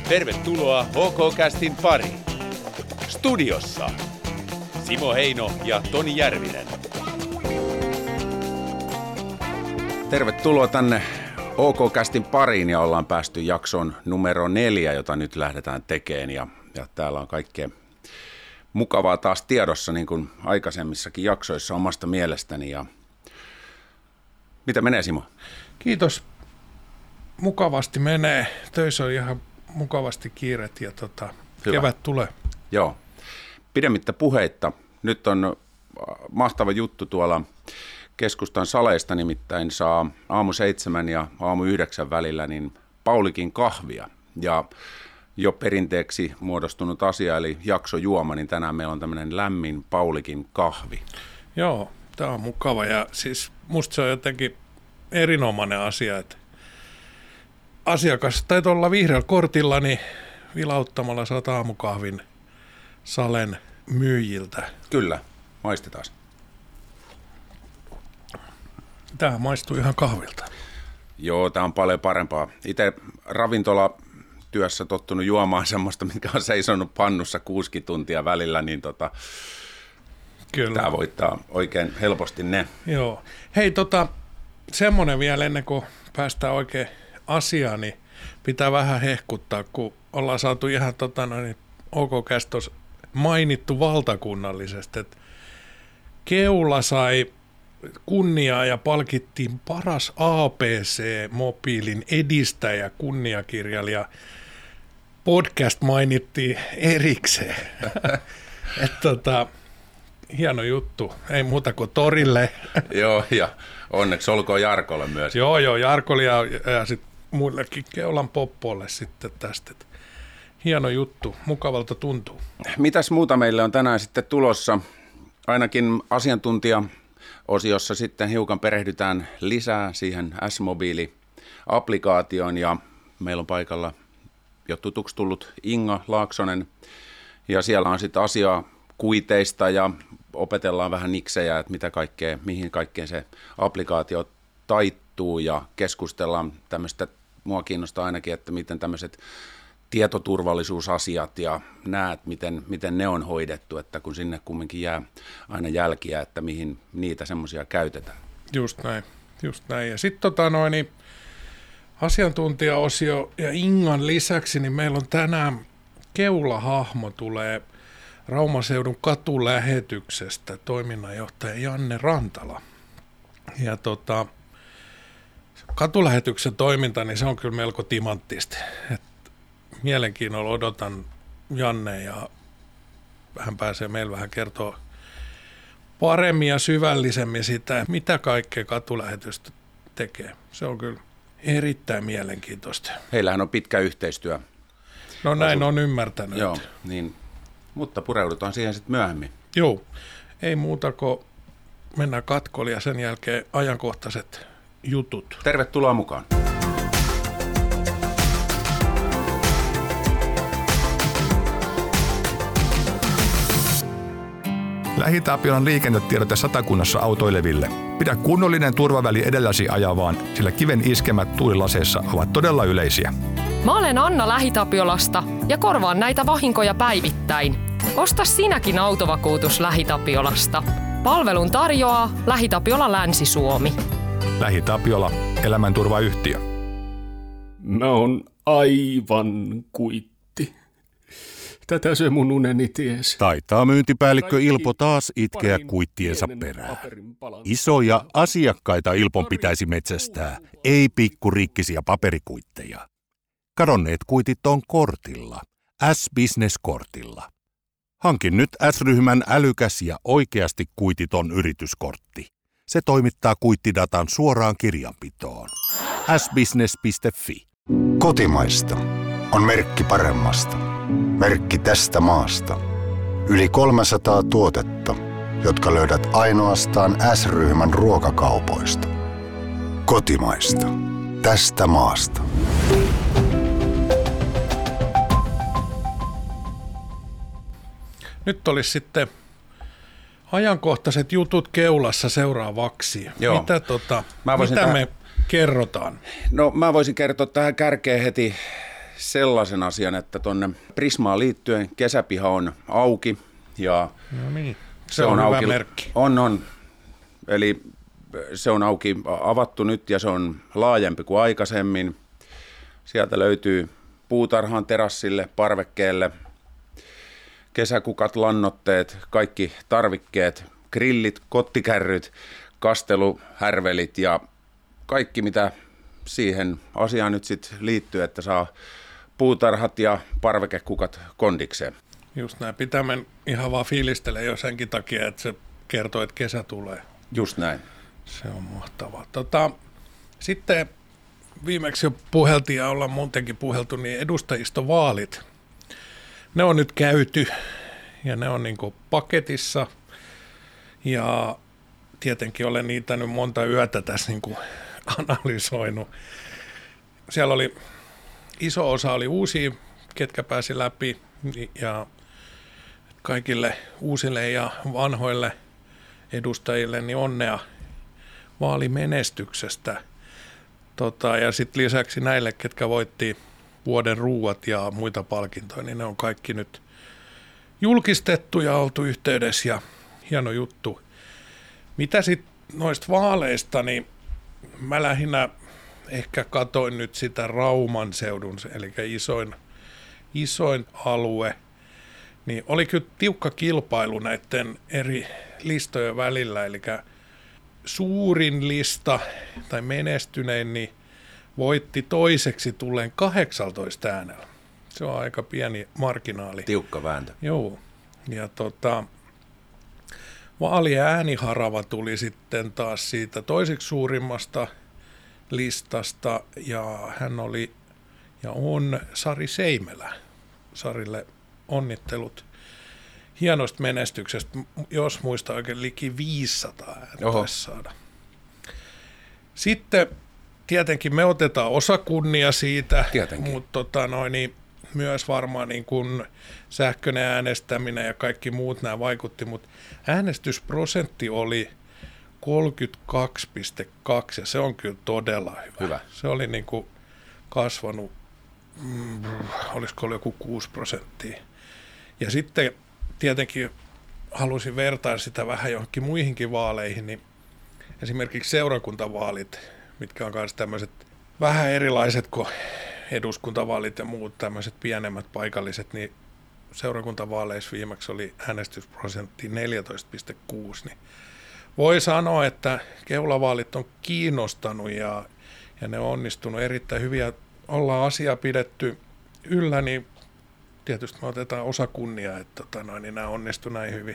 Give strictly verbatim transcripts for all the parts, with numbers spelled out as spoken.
Tervetuloa H K-castin pariin. Studiossa Simo Heino ja Toni Järvinen. Tervetuloa tänne H K-castin pariin ja ollaan päästy jaksoon numero neljä, jota nyt lähdetään tekemään. Ja, ja täällä on kaikkea mukavaa taas tiedossa, niin kuin aikaisemmissakin jaksoissa omasta mielestäni. Ja mitä menee, Simo? Kiitos. Mukavasti menee. Töissä on ihan mukavasti kiiret ja tota, kevät tulee. Joo. Pidemmittä puheitta. Nyt on mahtava juttu tuolla keskustan saleista, nimittäin saa aamu seitsemän ja aamu yhdeksän välillä niin Paulikin kahvia. Ja jo perinteeksi muodostunut asia, eli jaksojuoma, niin tänään meillä on tämmöinen lämmin Paulikin kahvi. Joo, tämä on mukava ja siis musta se on jotenkin erinomainen asia, että asiakas tai tuolla vihreällä kortilla niin vilauttamalla saat aamukahvin salen myyjiltä. Kyllä, maistetaan. Tämä maistuu ihan kahvilta. Joo, tämä on paljon parempaa. Itse ravintolatyössä tottunut juomaan semmoista, mikä on seisonut pannussa kuusi tuntia välillä, niin tota, Kyllä. Tämä voittaa oikein helposti ne. Joo. Hei, tota, semmoinen vielä ennen kuin päästään oikein asiaan, niin pitää vähän hehkuttaa, kun ollaan saatu ihan tota, noin, OK-kästos mainittu valtakunnallisesti, että Keula sai kunniaa ja palkittiin paras A P C-mobiilin edistäjä, kunniakirjailija. Podcast mainittiin erikseen. Et, tota, hieno juttu. Ei muuta kuin torille. Joo, ja onneksi olkoon Jarkolle myös. Joo, joo, Jarkolle ja, ja sitten muillekin Keulan poppoille sitten tästä. Et, hieno juttu, mukavalta tuntuu. Mitäs muuta meille on tänään sitten tulossa? Ainakin asiantuntija osiossa sitten hiukan perehdytään lisää siihen S-mobiili-applikaatioon ja meillä on paikalla jo tutuksi tullut Inga Laaksonen ja siellä on sitten asiaa kuiteista ja opetellaan vähän niksejä, että mitä kaikkea, mihin kaikkeen se applikaatio taittuu ja keskustellaan tämmöistä, mua kiinnostaa ainakin, että miten tämmöiset tietoturvallisuusasiat ja näet, miten, miten ne on hoidettu, että kun sinne kumminkin jää aina jälkiä, että mihin niitä semmoisia käytetään. Just näin, just näin. Ja sitten tota noin, niin asiantuntijaosio ja Ingan lisäksi, niin meillä on tänään Keula-hahmo tulee Raumaseudun katulähetyksestä, toiminnanjohtaja Janne Rantala. Ja tota, katulähetyksen toiminta, niin se on kyllä melko timanttista. Et mielenkiinnolla odotan Janne ja hän pääsee meille vähän kertoa paremmin ja syvällisemmin sitä, mitä kaikkea katulähetystä tekee. Se on kyllä erittäin mielenkiintoista. Heillähän on pitkä yhteistyö. No näin Asu... on ymmärtänyt. Joo, niin, mutta pureudutaan siihen sitten myöhemmin. Joo, ei muuta kuin mennään katkolle ja sen jälkeen ajankohtaiset jutut. Tervetuloa mukaan. LähiTapiolan liikennetiedote Satakunnassa autoileville. Pidä kunnollinen turvaväli edelläsi ajavaan, sillä kiven iskemät tuulilaseissa ovat todella yleisiä. Mä olen Anna LähiTapiolasta ja korvaan näitä vahinkoja päivittäin. Osta sinäkin autovakuutus LähiTapiolasta. Palvelun tarjoaa LähiTapiola Länsi-Suomi. LähiTapiola, elämänturvayhtiö. Mä oon aivan kuitti. Tätä se mun uneni ties. Taitaa myyntipäällikkö Ilpo taas itkeä kuittiensa perään. Isoja asiakkaita Ilpon pitäisi metsästää, ei pikkurikkisiä paperikuitteja. Kadonneet kuitit on kortilla, S-Business-kortilla. Hankin nyt S-ryhmän älykäs ja oikeasti kuititon yrityskortti. Se toimittaa kuittidatan suoraan kirjanpitoon. s business piste fi. Kotimaista on merkki paremmasta. Merkki tästä maasta. Yli kolmesataa tuotetta, jotka löydät ainoastaan S-ryhmän ruokakaupoista. Kotimaista. Tästä maasta. Nyt olisi sitten ajankohtaiset jutut Keulassa seuraavaksi. Joo. Mitä, tota, Mä mitä tähän... me kerrotaan? No mä voisin kertoa tähän kärkeen heti sellaisen asian, että tuonne Prismaan liittyen kesäpiha on auki. Ja no niin, se, se on, on hyvä auki. merkki. On, on. Eli se on auki, avattu nyt ja se on laajempi kuin aikaisemmin. Sieltä löytyy puutarhan terassille, parvekkeelle, kesäkukat, lannotteet, kaikki tarvikkeet, grillit, kottikärryt, kasteluhärvelit ja kaikki mitä siihen asiaan nyt sitten liittyy, että saa puutarhat ja parvekekukat kondikseen. Just näin. Pitää men ihan vaan fiilistellä jo senkin takia, että se kertoo, että kesä tulee. Just näin. Se on mahtavaa. Tota, sitten viimeksi jo puheltiin ja ollaan muutenkin puheltu, niin edustajistovaalit. Ne on nyt käyty ja ne on niin kuin paketissa ja tietenkin olen niitä nyt monta yötä tässä niin kuin analysoinut. Siellä oli iso osa oli uusia, ketkä pääsi läpi ja kaikille uusille ja vanhoille edustajille niin onnea vaalimenestyksestä. Tota, ja sitten lisäksi näille, ketkä voitti vuoden ruuat ja muita palkintoja, niin ne on kaikki nyt julkistettu ja oltu yhteydessä ja hieno juttu. Mitä sitten noista vaaleista, niin mä lähinnä ehkä katoin nyt sitä Rauman seudun, eli isoin, isoin alue, niin oli kyllä tiukka kilpailu näiden eri listojen välillä, eli suurin lista tai menestynein niin voitti toiseksi tulleen kahdeksantoista äänellä. Se on aika pieni marginaali. Tiukka vääntö. Joo. Ja tota, vaalien ääniharava tuli sitten taas siitä toiseksi suurimmasta listasta ja hän oli ja on Sari Seimelä. Sarille onnittelut hienosta menestyksestä, jos muista oikein liki viisisataa ääntä taisi saada. Sitten tietenkin me otetaan osakunnia siitä, mutta tota noin, niin myös varmaan niin kuin sähköinen äänestäminen ja kaikki muut nämä vaikutti, mutta äänestysprosentti oli kolmekymmentäkaksi pilkku kaksi ja se on kyllä todella hyvä. hyvä. Se oli niin kuin kasvanut, mm, olisiko ollut joku kuusi prosenttia. Ja sitten tietenkin halusin vertaa sitä vähän johonkin muihinkin vaaleihin, niin esimerkiksi seurakuntavaalit, mitkä on myös tämmöiset vähän erilaiset kuin eduskuntavaalit ja muut tämmöiset pienemmät paikalliset, niin seurakuntavaaleissa viimeksi oli äänestysprosentti neljätoista pilkku kuusi, niin voi sanoa, että keulavaalit on kiinnostanut ja, ja ne on onnistunut erittäin hyvin ja ollaan asiaa pidetty yllä, niin tietysti me otetaan osakunnia, että tota noin, niin nämä onnistu näin hyvin.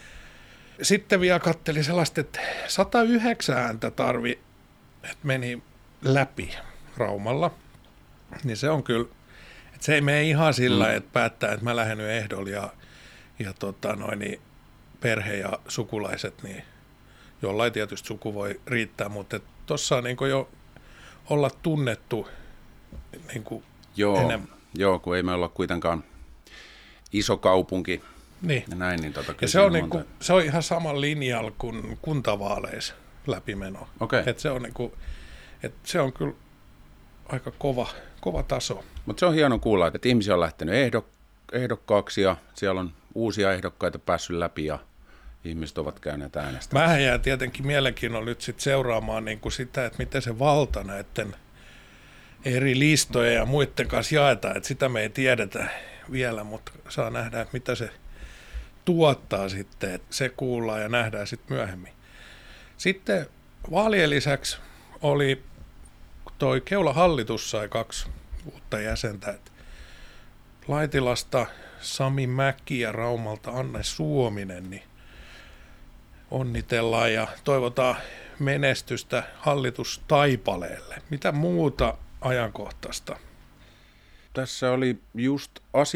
Sitten vielä katselin sellaista, että sata yhdeksän ääntä tarvi, että meni läpi Raumalla. Niin se on kyllä, että se ei mene ihan sillä, mm. että päättää, että mä lähden nyt ehdolla ja, ja tota noin, niin perhe ja sukulaiset, niin jollain tietysti suku voi riittää, mutta tuossa on niin jo olla tunnettu niin joo, enemmän. Joo, kun ei me olla kuitenkaan iso kaupunki. Niin. Ja näin, niin tota, ja se on, niin kuin, se on ihan saman linjalla kuin kuntavaaleissa läpimeno. Okay. Et se, on niin kuin, et se on kyllä aika kova, kova taso. Mutta se on hieno kuulla, että ihmisiä on lähtenyt ehdok- ehdokkaaksi ja siellä on uusia ehdokkaita päässyt läpi ja ihmiset ovat käyneet äänestämään. Mähän jää tietenkin mielenkiinnolla nyt sit seuraamaan niin kuin sitä, että miten se valta näiden eri listojen ja muiden kanssa jaetaan. Että sitä me ei tiedetä vielä, mutta saa nähdä, että mitä se tuottaa sitten. Että se kuullaan ja nähdään sitten myöhemmin. Sitten vaalien lisäksi oli toi Keula hallitus sai kaksi uutta jäsentä. Että Laitilasta Sami Mäki ja Raumalta Anne Suominen, niin onnitellaan ja toivotaan menestystä hallitustaipaleelle. Mitä muuta ajankohtaista? Tässä oli just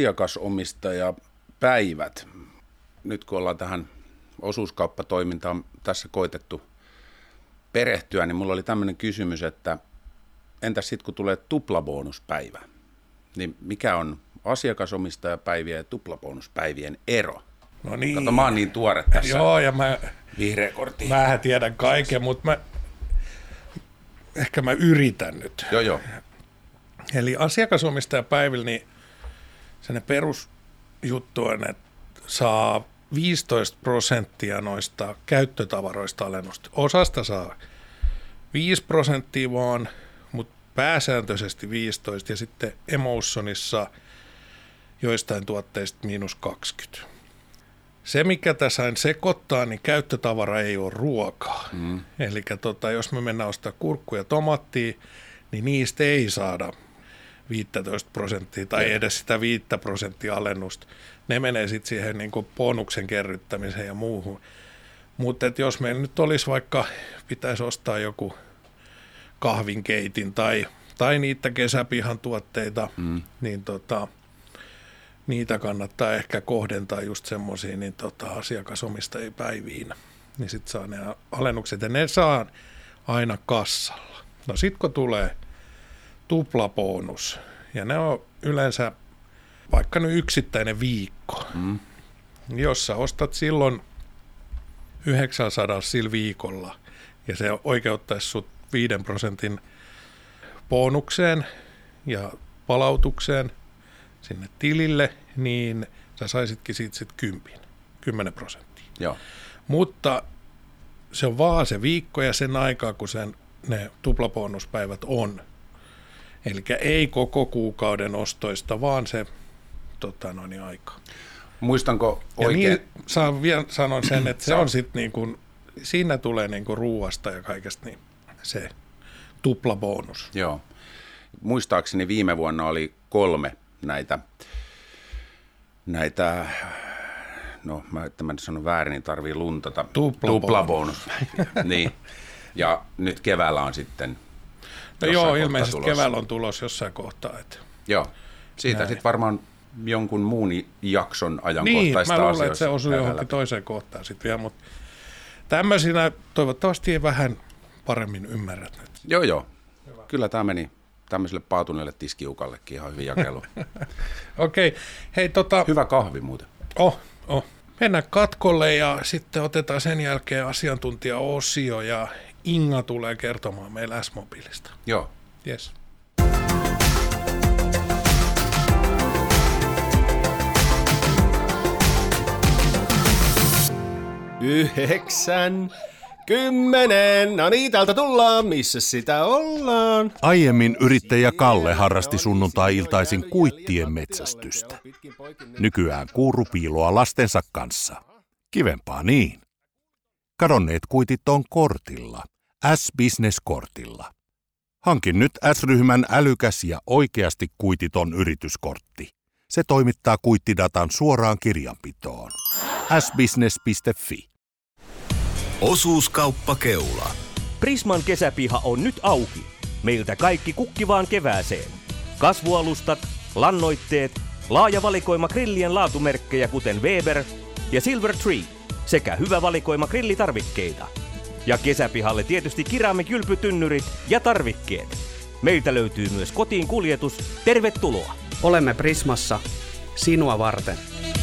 asiakasomistajapäivät. Nyt kun ollaan tähän osuuskauppatoimintaan tässä koitettu perehtyä, niin mulla oli tämmöinen kysymys, että entäs sitten kun tulee tuplabonuspäivä, niin mikä on asiakasomistajapäivien ja tuplabonuspäivien ero? No niin. Kato, mä oon niin tuore tässä. Joo, ja mä, vihreä kortti. Mähän tiedän kaiken, mutta mä, ehkä mä yritän nyt. Joo, joo. Eli asiakasomistajapäivillä niin sen perusjuttu on, että saa viisitoista prosenttia noista käyttötavaroista alennusta. Osasta saa viisi prosenttia vaan, mutta pääsääntöisesti viisitoista ja sitten Emotionissa joistain tuotteista miinus kaksikymmentä. Se, mikä tässä sekoittaa, niin käyttötavara ei ole ruokaa. Mm. Eli tota, jos me mennään ostaa kurkkuja ja tomattia, niin niistä ei saada viisitoista prosenttia tai mm. edes sitä viittä prosenttia alennusta. Ne menee sitten siihen niin kuin bonuksen kerryttämiseen ja muuhun. Mutta jos meillä nyt olisi vaikka, pitäisi ostaa joku kahvinkeitin tai, tai niitä kesäpihan tuotteita, mm. niin tota, niitä kannattaa ehkä kohdentaa just semmoisiin niin tota, asiakasomistajien päiviin. Niin sitten saa ne alennukset ja ne saa aina kassalla. No sitten kun tulee tuplabonus ja ne on yleensä vaikka nyt yksittäinen viikko, mm. jos sä ostat silloin yhdeksänsataa sillä viikolla ja se oikeuttaisi sut viiden prosentin bonukseen ja palautukseen sinne tilille, niin sä saisitkin siitä sitten kympin, kymmenen prosenttia. Joo. Mutta se on vaan se viikko ja sen aikaa, kun sen, ne tuplabonuspäivät on. Eli ei koko kuukauden ostoista, vaan se tota, noin, aika. Muistanko oikein? Ja niin, saan vielä sanon sen, että se on sitten niin kuin, siinä tulee niin kuin ruuasta ja kaikesta niin se tuplabonus. Joo. Muistaakseni viime vuonna oli kolme näitä, näitä no mä tämän sanon väärin, niin tarvii luntata. Tuplabonus. Niin. Ja nyt keväällä on sitten no joo, ilmeisesti tulossa. Keväällä on tulos jossain kohtaa. Että joo, siitä sitten varmaan jonkun muun jakson ajankohtaista asioista. Niin, mä luulen, että se osuu johonkin toiseen kohtaan sitten vielä, mutta tämmöisinä toivottavasti vähän paremmin ymmärrät nyt. Joo, joo. Hyvä. Kyllä tämä meni tämmöiselle paatuneelle tiskiukallekin ihan hyvin jakelu. Okei, okay. Hei tota... Hyvä kahvi muuten. Oh, oh. Mennään katkolle ja sitten otetaan sen jälkeen asiantuntija-osio ja Inga tulee kertomaan meillä S-mobiilista. Joo. Yes. Yhdeksän, kymmenen, no niin, täältä tullaan, missä sitä ollaan? Aiemmin yrittäjä Kalle harrasti sunnuntai-iltaisin kuittien metsästystä. Nykyään kuuru piiloa lastensa kanssa. Kivempaa niin. Kadonneet kuitit on kortilla, S-Business-kortilla. Hankin nyt S-ryhmän älykäs ja oikeasti kuititon yrityskortti. Se toimittaa kuittidatan suoraan kirjanpitoon. s business piste f i. Osuuskauppa Keula. Prisman kesäpiha on nyt auki. Meiltä kaikki kukkivaan kevääseen. Kasvualustat, lannoitteet, laaja valikoima grillien laatumerkkejä kuten Weber ja Silver Tree sekä hyvä valikoima grillitarvikkeita. Ja kesäpihalle tietysti keramiikkylpytynnyrit ja tarvikkeet. Meiltä löytyy myös kotiin kuljetus. Tervetuloa! Olemme Prismassa sinua varten.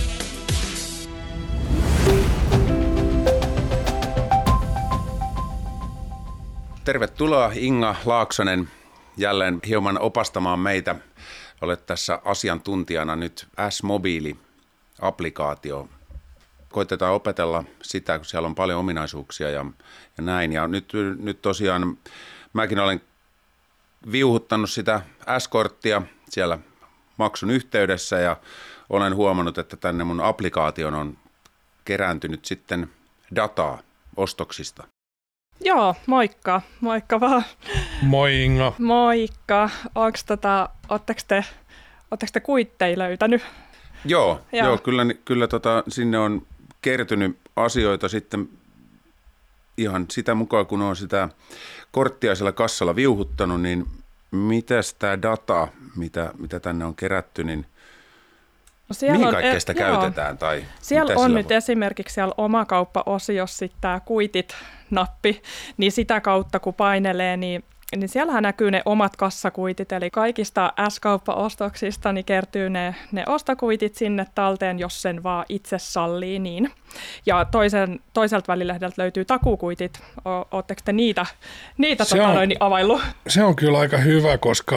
Tervetuloa Inga Laaksonen jälleen hieman opastamaan meitä. Olet tässä asiantuntijana nyt S-mobiili-applikaatio. Koitetaan opetella sitä, kun siellä on paljon ominaisuuksia ja, ja näin. Ja nyt, nyt tosiaan mäkin olen viuhuttanut sitä S-korttia siellä maksun yhteydessä ja olen huomannut, että tänne mun applikaation on kerääntynyt sitten dataa ostoksista. Joo, moikka. Moikka vaan. Moi Inga. Moikka. Onks tota, ootteko te, ootteko te kuitteja löytänyt? Joo, joo. joo kyllä, kyllä tota, sinne on kertynyt asioita sitten ihan sitä mukaan, kun on sitä korttia siellä kassalla viuhuttanut, niin mitäs tämä data, mitä, mitä tänne on kerätty, niin no mihin on, kaikkea sitä e, käytetään? Tai siellä on nyt voi? Esimerkiksi siellä omakauppa-osiossa sitten tämä kuitit-nappi, niin sitä kautta kun painelee, niin, niin siellähän näkyy ne omat kassakuitit, eli kaikista S-kauppa-ostoksista niin kertyy ne, ne ostokuitit sinne talteen, jos sen vaan itse sallii niin. Ja toisen, toiselta välilehdeltä löytyy takukuitit. Oletteko te niitä, niitä tota, on, noin, availlut? Se on kyllä aika hyvä, koska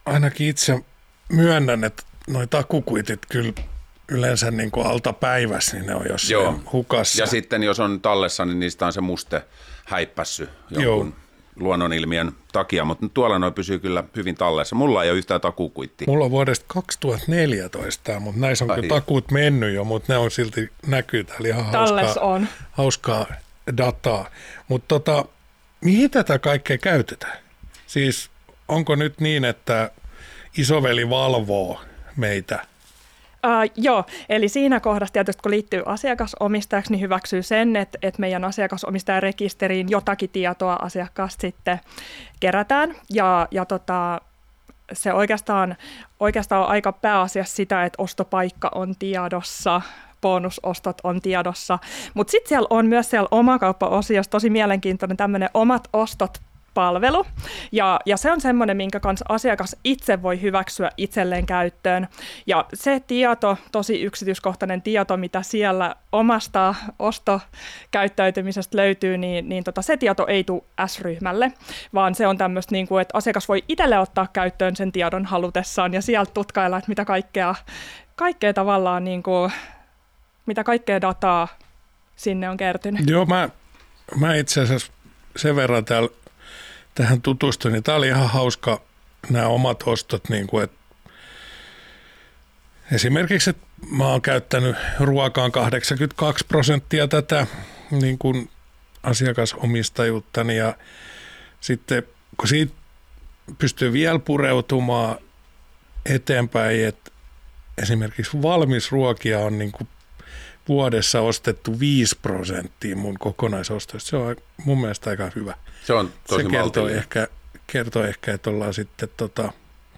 ainakin itse myönnän, että noi takukuitit kyllä yleensä niin kuin alta päivässä, niin ne on jossain hukassa. Ja sitten jos on tallessa, niin niistä on se muste häippässy jonkun Joo. luonnonilmiön takia, mutta tuolla noi pysyy kyllä hyvin tallessa. Mulla ei ole yhtään takukuittia. Mulla on vuodesta kaksituhattaneljätoista, mutta näissä on Ai. kyllä takuut mennyt jo, mutta ne on silti näkyy täällä ihan hauskaa, on. hauskaa dataa. Mutta tota, mihin tätä kaikkea käytetään? Siis onko nyt niin, että isoveli valvoo meitä? Uh, joo, eli siinä kohdassa tietysti kun liittyy asiakasomistajaksi, niin hyväksyy sen, että, että meidän asiakasomistajarekisteriin jotakin tietoa asiakkaasta sitten kerätään. Ja, ja tota, se oikeastaan, oikeastaan on aika pääasiassa sitä, että ostopaikka on tiedossa, bonusostot on tiedossa. Mutta sitten siellä on myös siellä omakauppa-osiossa tosi mielenkiintoinen tämmöinen omat ostot palvelu. Ja, ja se on semmoinen, minkä kanssa asiakas itse voi hyväksyä itselleen käyttöön. Ja se tieto, tosi yksityiskohtainen tieto, mitä siellä omasta ostokäyttäytymisestä löytyy, niin, niin tota, se tieto ei tule S-ryhmälle, vaan se on tämmöistä, niin kuin, että asiakas voi itselle ottaa käyttöön sen tiedon halutessaan ja sieltä tutkailla, että mitä kaikkea, kaikkea tavallaan, niin kuin, mitä kaikkea dataa sinne on kertynyt. Joo, mä, mä itse asiassa sen verran täällä tähän tutustuin, niin tämä oli ihan hauska nämä omat ostot, niin kuin, että esimerkiksi, että mä oon käyttänyt ruokaan kahdeksankymmentäkaksi prosenttia tätä niin kuin asiakasomistajuuttani ja sitten kun siitä pystyy vielä pureutumaan eteenpäin, että esimerkiksi valmisruokia on niin kuin vuodessa ostettu viisi prosenttia mun kokonaisostoista. Se on mun mielestä aika hyvä. Se on tosi Se kertoo ehkä, kertoo ehkä, että ollaan sitten tota,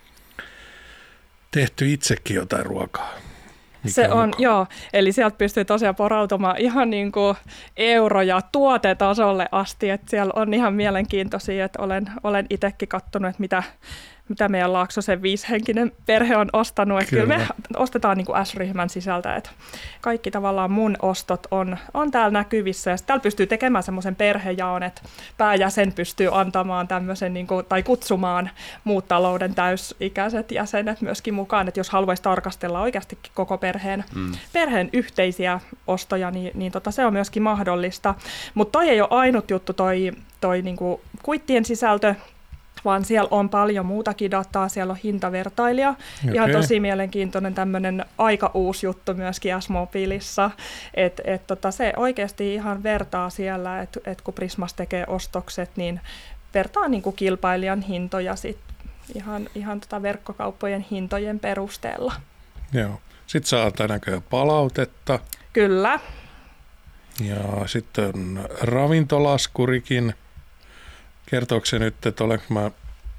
tehty itsekin jotain ruokaa. Se on, mukaan. Joo. Eli sieltä pystyy tosiaan porautumaan ihan niin kuin euroja tuotetasolle asti. Että siellä on ihan mielenkiintoisia, että olen, olen itsekin katsonut, että mitä, mitä meidän Laaksosen viisihenkinen perhe on ostanut. Että kyllä. kyllä me ostetaan niin kuin S-ryhmän sisältä, että kaikki tavallaan mun ostot on, on täällä näkyvissä. Ja täällä pystyy tekemään semmoisen perhejaon, että pääjäsen pystyy antamaan tämmöisen niin kuin, tai kutsumaan muut talouden täysikäiset jäsenet myöskin mukaan, että jos haluaisi tarkastella oikeastikin koko perheen, mm. perheen yhteisiä ostoja, niin, niin tota, se on myöskin mahdollista. Mutta toi ei ole ainut juttu, toi, toi niin kuin kuittien sisältö, vaan siellä on paljon muutakin dataa, siellä on hintavertailija. Okay. Ihan tosi mielenkiintoinen tämmöinen aika uusi juttu myöskin S-mobiilissa, että et tota, se oikeasti ihan vertaa siellä, että et kun Prismas tekee ostokset, niin vertaa niin kuin kilpailijan hintoja sit ihan, ihan tota verkkokauppojen hintojen perusteella. Joo. Sitten saa näköjään palautetta. Kyllä. Ja sitten on ravintolaskurikin. Kertooko se nyt, että olenko mä...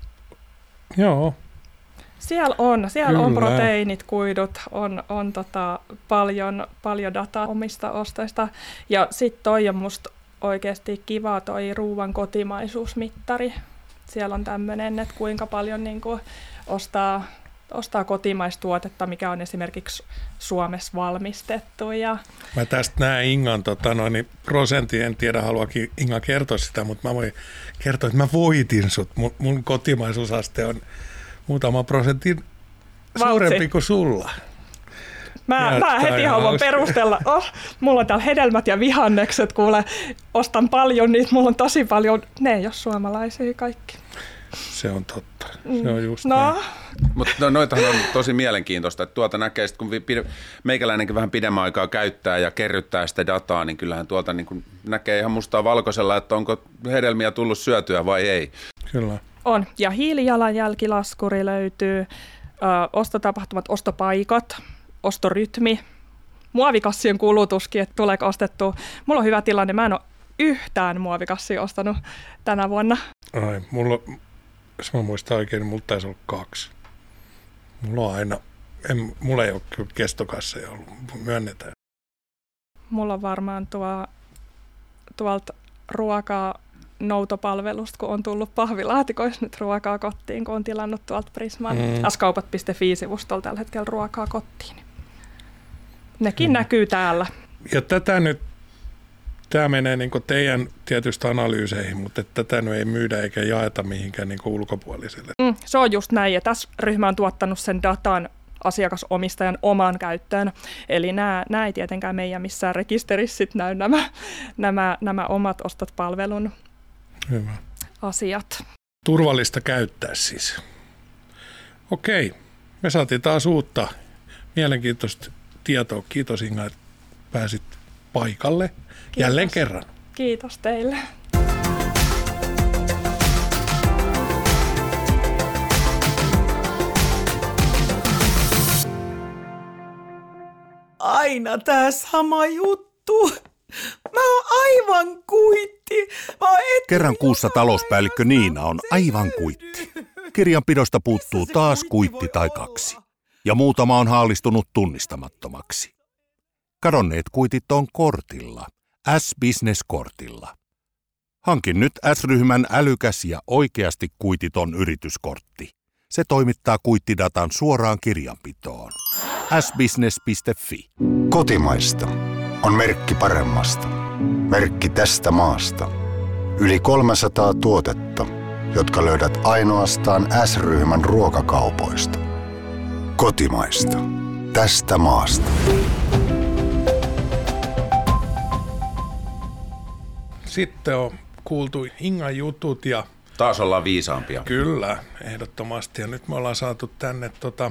Joo. Siellä on, siellä on proteiinit, kuidut, on, on tota paljon, paljon dataa omista ostoista. Ja sitten toi on musta oikeasti kiva toi ruuan kotimaisuusmittari. Siellä on tämmöinen, että kuinka paljon niinku ostaa, ostaa kotimaistuotetta, mikä on esimerkiksi Suomessa valmistettu. Ja mä tästä näen Ingan tota, no, niin prosentin, en tiedä haluakin Inga kertoa sitä, mutta mä voin kertoa, että mä voitin sut. Mun, mun kotimaisuusaste on muutama prosentin suurempi Vautsi. Kuin sulla. Mä, mä heti haluan perustella, oh, mulla on täällä hedelmät ja vihannekset, kuule, ostan paljon niitä, mulla on tosi paljon, ne ei ole suomalaisia kaikki. Se on totta, se on just no. näin. Mutta no, noitahan on tosi mielenkiintoista, että tuolta näkee, kun meikäläinenkin vähän pidemmän aikaa käyttää ja kerryttää sitä dataa, niin kyllähän tuolta niin kuin näkee ihan mustaa valkoisella, että onko hedelmiä tullut syötyä vai ei. Kyllä. On, ja hiilijalanjälkilaskuri löytyy, ö, ostotapahtumat, ostopaikat, ostorytmi, muovikassien kulutuskin, että tuleeko ostettua. Mulla on hyvä tilanne, mä en ole yhtään muovikassia ostanut tänä vuonna. Ai, mulla, jos mä muistan oikein, niin mulla taisi olla kaksi. Mulla on aina, en, mulla ei ole kyllä kestokasseja ollut, myönnetään. Mulla on varmaan tuo, tuolta ruokaa noutopalvelusta, kun on tullut pahvilaatikoissa nyt ruokaa kotiin, kun on tilannut tuolta Prisman mm. askaupat piste fi-sivustolta tällä hetkellä ruokaa kotiin. Nekin mm. näkyy täällä. Ja tätä nyt Tämä menee niin kuin teidän tietystä analyyseihin, mutta että tätä nyt ei myydä eikä jaeta mihinkään niin kuin ulkopuolisille. Mm, se on just näin, ja tässä ryhmä on tuottanut sen datan asiakasomistajan oman käyttöön. Eli nämä, nämä ei tietenkään meidän missään rekisterissä sit näy nämä, nämä, nämä omat ostot palvelun Hyvä. asiat. Turvallista käyttää siis. Okei, me saatiin taas uutta mielenkiintoista tietoa. Kiitos Inga, että pääsit paikalle. Kiitos. Jälleen kerran. Kiitos teille. Aina tää sama juttu. Mä oon aivan kuitti. Mä oon Kerran kuussa talouspäällikkö Niina on aivan kuitti. Kirjanpidosta puuttuu taas kuitti tai kaksi. Ja muutama on haalistunut tunnistamattomaksi. Kadonneet kuitit on kortilla. S-Business-kortilla. Hankin nyt S-ryhmän älykäs ja oikeasti kuititon yrityskortti. Se toimittaa kuittidatan suoraan kirjanpitoon. s business piste f i. Kotimaista on merkki paremmasta. Merkki tästä maasta. Yli kolmesataa tuotetta, jotka löydät ainoastaan S-ryhmän ruokakaupoista. Kotimaista. Tästä maasta. Sitten on kuultu Ingan jutut ja... Taas ollaan viisaampia. Kyllä, ehdottomasti. Ja nyt me ollaan saatu tänne tota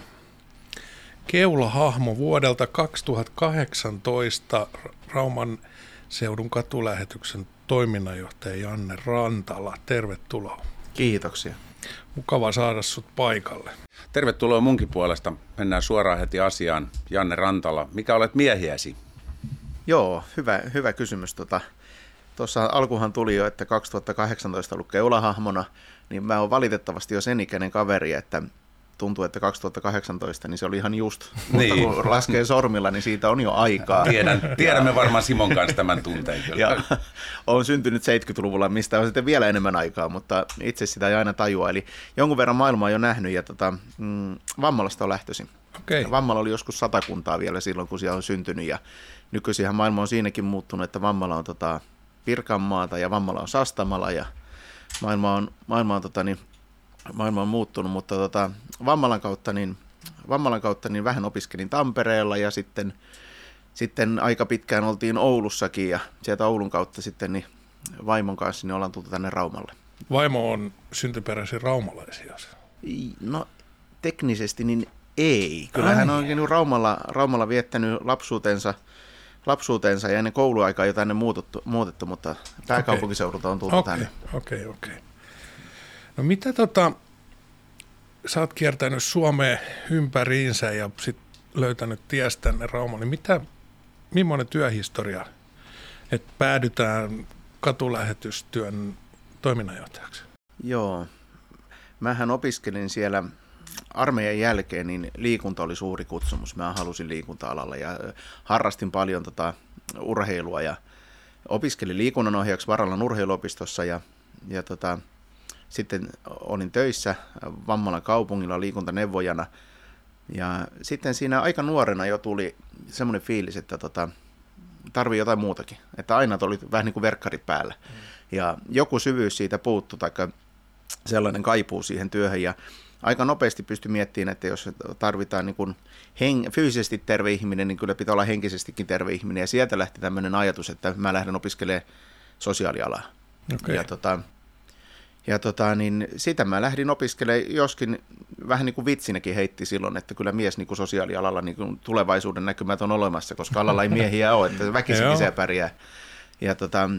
keulahahmo vuodelta kaksituhattakahdeksantoista Rauman seudun katulähetyksen toiminnanjohtaja Janne Rantala. Tervetuloa. Kiitoksia. Mukava saada sut paikalle. Tervetuloa munkin puolesta. Mennään suoraan heti asiaan. Janne Rantala, mikä olet miehiäsi? Joo, hyvä, hyvä kysymys. Tota, tuossa alkuhan tuli jo, että kaksituhattakahdeksantoista ollut keulahahmona, niin mä oon valitettavasti jo sen ikäinen kaveri, että tuntuu, että kaksituhattakahdeksantoista, niin se oli ihan just, niin. Mutta kun laskee sormilla, niin siitä on jo aikaa. Tiedän, tiedämme varmaan Simon kanssa tämän tunteen kyllä. Ja olen syntynyt seitsemänkymmentäluvulla, mistä on sitten vielä enemmän aikaa, mutta itse sitä ei aina tajua. Eli jonkun verran maailmaa on jo nähnyt ja tota, mm, Vammalasta on lähtöisin. Okay. Vammala oli joskus satakuntaa vielä silloin, kun siellä on syntynyt ja nykyisinhän maailma on siinäkin muuttunut, että Vammala on tota, Pirkanmaata ja Vammala on Sastamala ja maailma on, maailma on tota, niin, maailma on muuttunut, mutta tota, Vammalan kautta, niin, Vammalan kautta niin vähän opiskelin Tampereella ja sitten, sitten aika pitkään oltiin Oulussakin ja sieltä Oulun kautta sitten niin vaimon kanssa niin ollaan tultu tänne Raumalle. Vaimo on syntyperäisin raumalaisia? No teknisesti niin ei. Kyllä hän on niin Raumalla, Raumalla viettänyt lapsuutensa, lapsuutensa ja ennen kouluaikaa jo tänne muutettu, muutettu mutta pääkaupunkiseudulta on tullut okay. tänne. Okei, okay, okei. Okay. No mitä tota, sä oot kiertänyt Suomeen ympäriinsä ja sit löytänyt ties tänne Raumaan, niin mitä, millainen työhistoria, että päädytään katulähetystyön toiminnanjohtajaksi? Joo, mähän opiskelin siellä armeijan jälkeen, niin liikunta oli suuri kutsumus. Mä halusin liikunta-alalle ja harrastin paljon tota urheilua ja opiskelin liikunnanohjaajaksi Varallan urheiluopistossa ja, ja tota, sitten olin töissä Vammalan kaupungilla liikuntaneuvojana ja sitten siinä aika nuorena jo tuli semmoinen fiilis, että tota, tarvii jotain muutakin, että aina oli vähän niin kuin verkkarit päällä mm. ja joku syvyys siitä puuttui tai sellainen kaipuu siihen työhön ja aika nopeasti pystyi miettimään, että jos tarvitaan niin kuin heng- fyysisesti terve ihminen, niin kyllä pitää olla henkisestikin terve ihminen ja sieltä lähti tämmöinen ajatus, että mä lähden opiskelemaan sosiaalialaa okay. ja tota, Ja tota, niin sitä mä lähdin opiskelemaan, joskin vähän niin kuin vitsinäkin heitti silloin, että kyllä mies niin kuin sosiaalialalla niin kuin tulevaisuuden näkymät on olemassa, koska alalla ei miehiä ole, että väkisinkin se pärjää. Ja tota,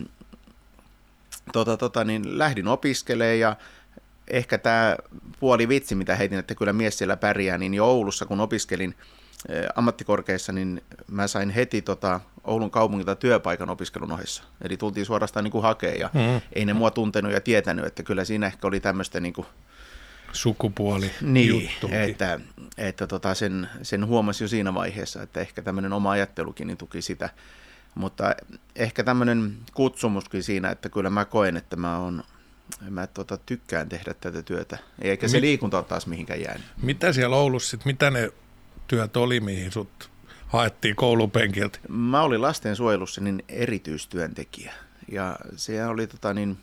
tota, tota, niin lähdin opiskelemaan ja ehkä tämä puoli vitsi, mitä heitin, että kyllä mies siellä pärjää, niin jo Oulussa kun opiskelin ammattikorkeissa, niin mä sain heti tota Oulun kaupungilta työpaikan opiskelun ohessa. Eli tultiin suorastaan niin kuin hakemaan ja mm. ei ne mua tuntenut ja tietänyt, että kyllä siinä ehkä oli tämmöistä niin kuin sukupuoli niin, että, että tota sen, sen huomasi jo siinä vaiheessa, että ehkä tämmöinen oma ajattelukin niin tuki sitä. Mutta ehkä tämmöinen kutsumuskin siinä, että kyllä mä koen, että mä, on, mä tota, tykkään tehdä tätä työtä. Eikä se Mit, liikunta ole taas mihinkään jäänyt. Mitä siellä Oulussa sitten, mitä ne työt oli, mihin sut haettiin koulupenkiltä? Mä olin lastensuojelussa niin erityistyöntekijä ja se oli tota niin,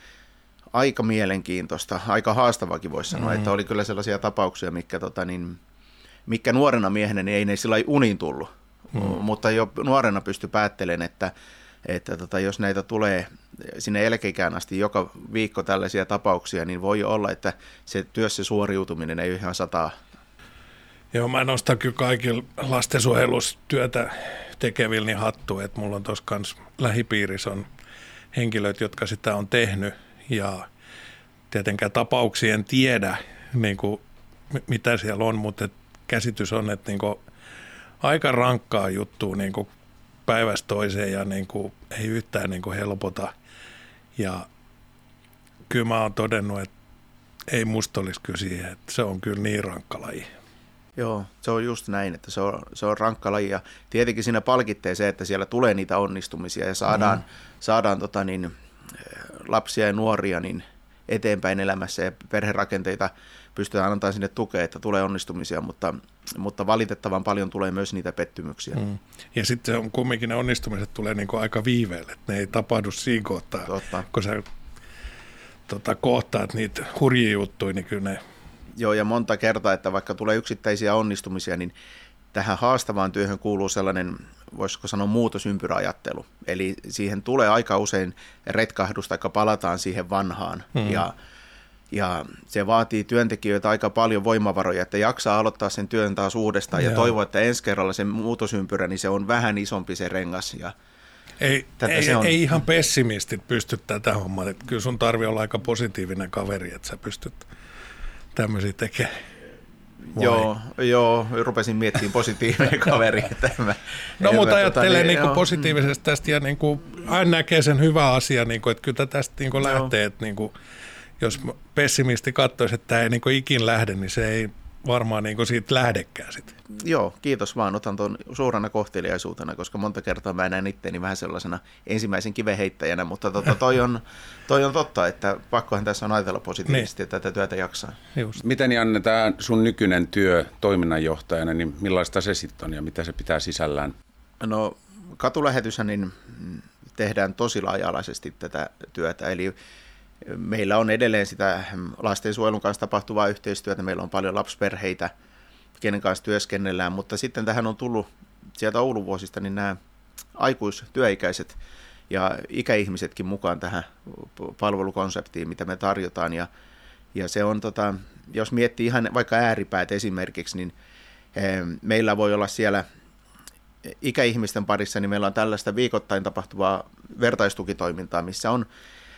aika mielenkiintoista, aika haastavakin voisi sanoa, mm. että oli kyllä sellaisia tapauksia, mitkä, tota niin, mitkä nuorena miehenä niin ei ne sillä uniin tullut, mm. mutta jo nuorena pystyi päättelemään, että, että tota, jos näitä tulee sinne eläkeikään asti joka viikko tällaisia tapauksia, niin voi olla, että se työssä suoriutuminen ei ole ihan sataa. Joo, mä nostan kyllä kaikilla lastensuojelustyötä tekevillä niin hattu, että mulla on tuossa kans lähipiirissä on henkilöt, jotka sitä on tehnyt ja tietenkään tapauksia en tiedä, niin kuin, mitä siellä on, mutta käsitys on, että niin kuin, aika rankkaa juttua niin kuin päivästä toiseen ja niin kuin, ei yhtään niin kuin helpota. Ja kyllä mä oon todennut, että ei musta olisi kyllä siihen, että se on kyllä niin rankka laji. Joo, se on just näin, että se on, se on rankka laji ja tietenkin siinä palkittee se, että siellä tulee niitä onnistumisia ja saadaan, mm. saadaan tota niin, lapsia ja nuoria niin eteenpäin elämässä ja perherakenteita pystytään antamaan sinne tukea, että tulee onnistumisia, mutta, mutta valitettavan paljon tulee myös niitä pettymyksiä. Mm. Ja sitten on kumminkin ne onnistumiset tulee niinku aika viiveelle, että ne ei tapahdu siinä kohtaa, Totta. kun sä tota, kohtaat niitä hurjia juttuja, niin kyllä ne... Joo, ja monta kertaa, että vaikka tulee yksittäisiä onnistumisia, niin tähän haastavaan työhön kuuluu sellainen, voisiko sanoa, muutosympyräajattelu. Eli siihen tulee aika usein retkahdus, tai palataan siihen vanhaan. Mm. Ja, ja se vaatii työntekijöitä aika paljon voimavaroja, että jaksaa aloittaa sen työn taas uudestaan. Joo. Ja toivoo, että ensi kerralla se muutosympyrä, niin se on vähän isompi se rengas. Ja ei, ei, on... ei ihan pessimistit pysty tätä hommaa. Että kyllä sun tarvii olla aika positiivinen kaveri, että sä pystyt tämmöisiä tekemään. Vai? Joo, joo, rupesin miettimään positiivinen kaveri. Mä, no mutta ajattelen niin, niin positiivisesti tästä ja niin kuin, aina näkee sen hyvä asia, niin kuin, että kyllä tästä niin kuin lähtee, että niin kuin, jos pessimisti katsoisi, että tämä ei niin kuin ikin lähde, niin se ei varmaan niin kuin siitä lähdekään sitten. Joo, kiitos vaan. Otan tuon suurena kohteliaisuutena, koska monta kertaa mä näen itteeni vähän sellaisena ensimmäisen kiven heittäjänä, mutta tota, toi, on, toi on totta, että pakkohan tässä on ajatella positiivisesti, että tätä työtä jaksaa. Just. Miten Janne, tämä sun nykyinen työ toiminnanjohtajana, niin millaista se sitten on ja mitä se pitää sisällään? No katulähetyshän niin tehdään tosi laaja-alaisesti tätä työtä, eli meillä on edelleen sitä lastensuojelun kanssa tapahtuvaa yhteistyötä, meillä on paljon lapsiperheitä, kenen kanssa työskennellään, mutta sitten tähän on tullut sieltä Oulun vuosista niin nämä aikuistyöikäiset ja ikäihmisetkin mukaan tähän palvelukonseptiin, mitä me tarjotaan. Ja, ja se on, tota, jos miettii ihan vaikka ääripäät esimerkiksi, niin eh, meillä voi olla siellä ikäihmisten parissa, niin meillä on tällaista viikoittain tapahtuvaa vertaistukitoimintaa, missä on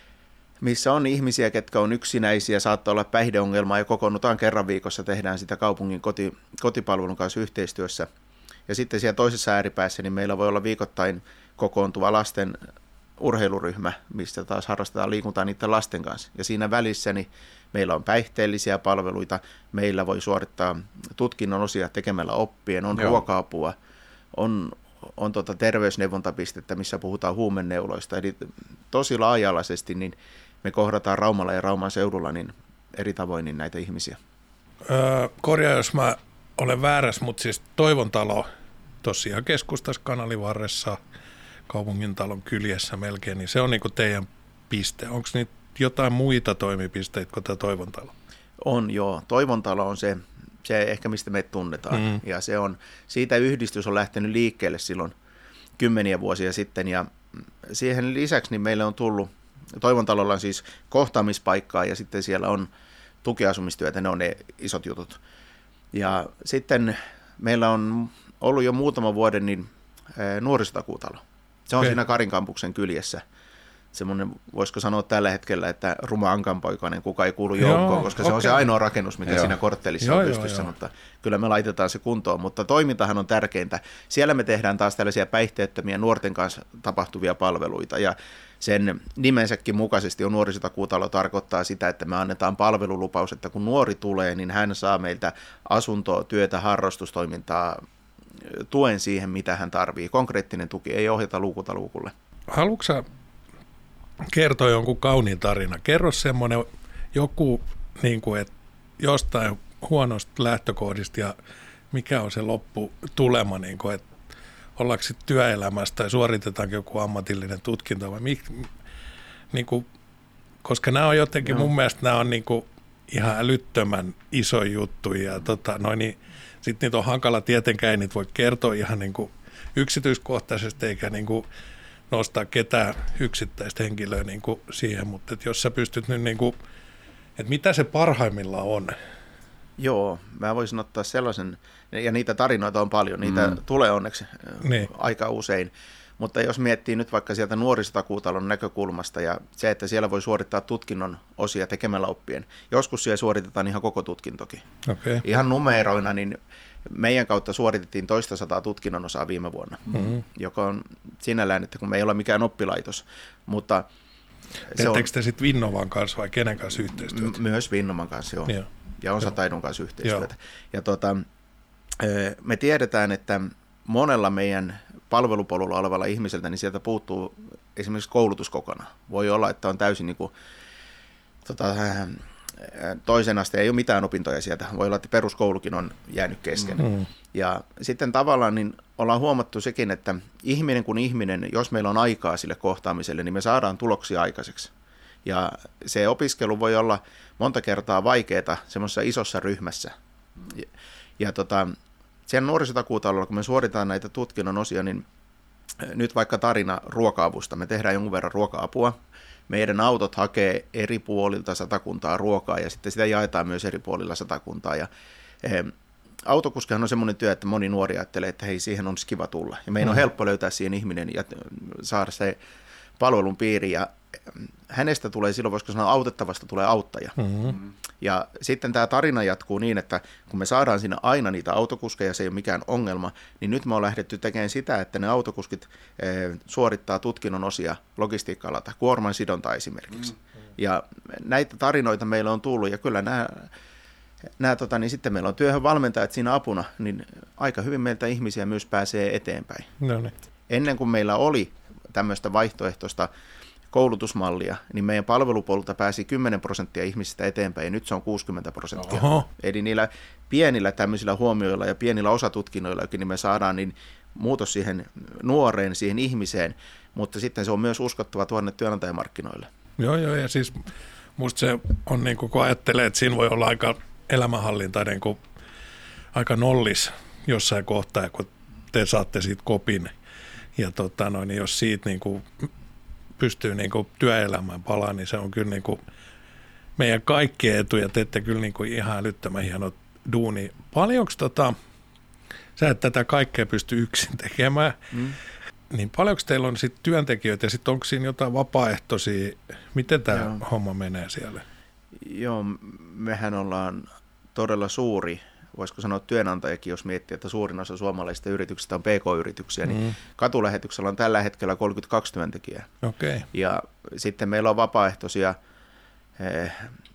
missä on ihmisiä, ketkä on yksinäisiä, saattaa olla päihdeongelmaa ja kokoonnutaan kerran viikossa, tehdään sitä kaupungin koti, kotipalvelun kanssa yhteistyössä. Ja sitten siellä toisessa ääripäässä niin meillä voi olla viikoittain kokoontuva lasten urheiluryhmä, mistä taas harrastetaan liikuntaa niiden lasten kanssa. Ja siinä välissä niin meillä on päihteellisiä palveluita, meillä voi suorittaa tutkinnon osia tekemällä oppien, on Joo. ruoka-apua, on, on tota terveysneuvontapistettä, missä puhutaan huumenneuloista. Eli tosi laaja-alaisesti niin me kohdataan Raumalla ja Rauman seudulla niin eri tavoin niin näitä ihmisiä. Öö, korjaa, jos mä olen väärässä, mutta siis Toivontalo tosiaan keskustassa Kanalivarressa, kaupungintalon kyljessä melkein, niin se on niin kuin teidän piste. Onko niitä jotain muita toimipisteitä kuin tämä Toivontalo? On joo. Toivontalo on se, se ehkä mistä me tunnetaan. Mm. Ja se on, siitä yhdistys on lähtenyt liikkeelle silloin kymmeniä vuosia sitten. Ja siihen lisäksi niin meille on tullut, Toivontalolla on siis kohtaamispaikkaa ja sitten siellä on tukiasumistyötä, ne on ne isot jutut. Ja sitten meillä on ollut jo muutama vuoden niin nuorisotakuutalo. Se on okay. Siinä Karin kampuksen kyljessä. Semmoinen, voisiko sanoa tällä hetkellä, että ruma ankanpoikainen, kuka ei kuulu joukkoon, joo, koska se okay. on se ainoa rakennus, mikä joo. siinä korttelissa joo, on pystyssä, joo, mutta kyllä me laitetaan se kuntoon. Mutta toimintahan on tärkeintä. Siellä me tehdään taas tällaisia päihteettömiä nuorten kanssa tapahtuvia palveluita, ja sen nimensäkin mukaisesti on nuorisotakuutalo tarkoittaa sitä, että me annetaan palvelulupaus, että kun nuori tulee, niin hän saa meiltä asuntoa, työtä, harrastustoimintaa, tuen siihen, mitä hän tarvitsee. Konkreettinen tuki, ei ohjata luukulta luukulle. Haluatko sä kertoa jonkun kauniin tarina? Kerro semmoinen joku, niin kuin, että jostain huonosta lähtökohdista ja mikä on se lopputulema, niin kuin, että ollaanko sitten työelämässä tai suoritetaanko joku ammatillinen tutkinto vai mik, niin kuin, koska nämä on jotenkin, Joo. mun mielestä nämä on niin kuin ihan älyttömän iso juttu ja tota, noin, niin, sitten niitä on hankala tietenkään, ei niitä voi kertoa ihan niin kuin yksityiskohtaisesti eikä niin kuin nostaa ketään yksittäistä henkilöä niin kuin siihen, mutta jos sä pystyt nyt, niin kuin, että mitä se parhaimmillaan on? Joo, mä voisin ottaa sellaisen, ja niitä tarinoita on paljon, niitä mm. tulee onneksi niin. aika usein, mutta jos miettii nyt vaikka sieltä nuorisotakuutalon näkökulmasta ja se, että siellä voi suorittaa tutkinnon osia tekemällä oppien, joskus siellä suoritetaan ihan koko tutkintokin. Okay. Ihan numeroina, niin meidän kautta suoritettiin toista sataa tutkinnon osaa viime vuonna, mm-hmm. joka on sinällään, että kun me ei ole mikään oppilaitos, mutta teettekö te sitten Vinnovan kanssa vai kenen kanssa yhteistyötä? M- myös Vinnovan kanssa, joo. joo. Ja Osataidon kanssa yhteistyötä. Joo. Ja tota, me tiedetään, että monella meidän palvelupolulla olevalla ihmiseltä, niin sieltä puuttuu esimerkiksi koulutus kokonaan. Voi olla, että on täysin niin kuin, tota, toisen asteen, ei ole mitään opintoja sieltä. Voi olla, että peruskoulukin on jäänyt kesken. Mm. Ja sitten tavallaan niin ollaan huomattu sekin, että ihminen kuin ihminen, jos meillä on aikaa sille kohtaamiselle, niin me saadaan tuloksia aikaiseksi. Ja se opiskelu voi olla monta kertaa vaikeaa semmoisessa isossa ryhmässä. Ja, ja tota, sen nuorisotakuutalolla, kun me suoritetaan näitä tutkinnon osia, niin nyt vaikka tarina ruoka-avusta, me tehdään jonkun verran ruoka-apua. Meidän autot hakee eri puolilta Satakuntaa ruokaa ja sitten sitä jaetaan myös eri puolilla Satakuntaa. Ja, eh, autokuskihan on semmoinen työ, että moni nuori ajattelee, että hei, siihen on kiva tulla. Ja meidän on helppo löytää siihen ihminen ja saada se palvelun piiri ja hänestä tulee silloin, voisiko sanoa, autettavasta tulee auttaja. Mm-hmm. Ja sitten tämä tarina jatkuu niin, että kun me saadaan sinne aina niitä autokuskeja, se ei ole mikään ongelma, niin nyt me on lähdetty tekemään sitä, että ne autokuskit eh, suorittaa tutkinnon osia logistiikka-alalta, kuorman sidonta esimerkiksi. Mm-hmm. Ja näitä tarinoita meillä on tullut, ja kyllä nämä, nämä tota, niin sitten meillä on työhön valmentajat siinä apuna, niin aika hyvin meiltä ihmisiä myös pääsee eteenpäin. No niin. Ennen kuin meillä oli tämmöistä vaihtoehtoista koulutusmallia, niin meidän palvelupolulta pääsi kymmenen prosenttia ihmisistä eteenpäin, ja nyt se on kuusikymmentä prosenttia. Oho. Eli niillä pienillä tämmöisillä huomioilla ja pienillä osatutkinnoilla, niin me saadaan niin muutos siihen nuoreen, siihen ihmiseen, mutta sitten se on myös uskottava tuonne työnantajamarkkinoille. Joo, joo, ja siis musta se on niin kuin, kun ajattelee, että siinä voi olla aika elämänhallinta, niin kuin, aika nollis jossain kohtaa, kun te saatte siitä kopin, ja tota, no, niin jos siitä niin kuin pystyy niin kuin työelämään palaa, niin se on kyllä niin kuin meidän kaikkien etu, ja teette kyllä niin kuin ihan älyttömän hieno duuni. Paljonko tota, sä et tätä kaikkea pysty yksin tekemään, mm. niin paljonko teillä on sitten työntekijöitä, ja sitten onko siinä jotain vapaaehtoisia, miten tämä Joo. homma menee siellä? Joo, mehän ollaan todella suuri, voisiko sanoa työnantajakin, jos miettii, että suurin osa suomalaisista yrityksistä on P K-yrityksiä, niin mm. katulähetyksellä on tällä hetkellä kolmekymmentäkaksi työntekijää. Okay. Ja sitten meillä on vapaaehtoisia, eh,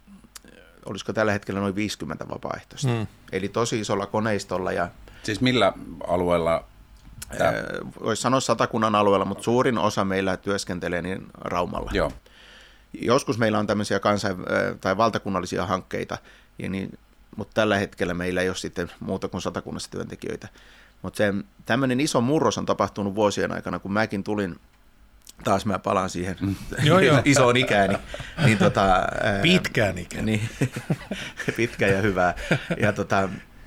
olisiko tällä hetkellä noin viisikymmentä vapaaehtoista. Mm. Eli tosi isolla koneistolla. Ja, siis millä alueella? Eh, voisi sanoa Satakunnan alueella, mutta suurin osa meillä työskentelee niin Raumalla. Joo. Joskus meillä on tämmöisiä kansain- tai valtakunnallisia hankkeita, ja niin mutta tällä hetkellä meillä ei ole sitten muuta kuin Satakunnassa työntekijöitä. Mutta tämmöinen iso murros on tapahtunut vuosien aikana, kun mäkin tulin, taas mä palaan siihen mm. isoon ikääni. Niin tota, pitkään ikään. Niin, pitkä ja hyvää. Ja tota,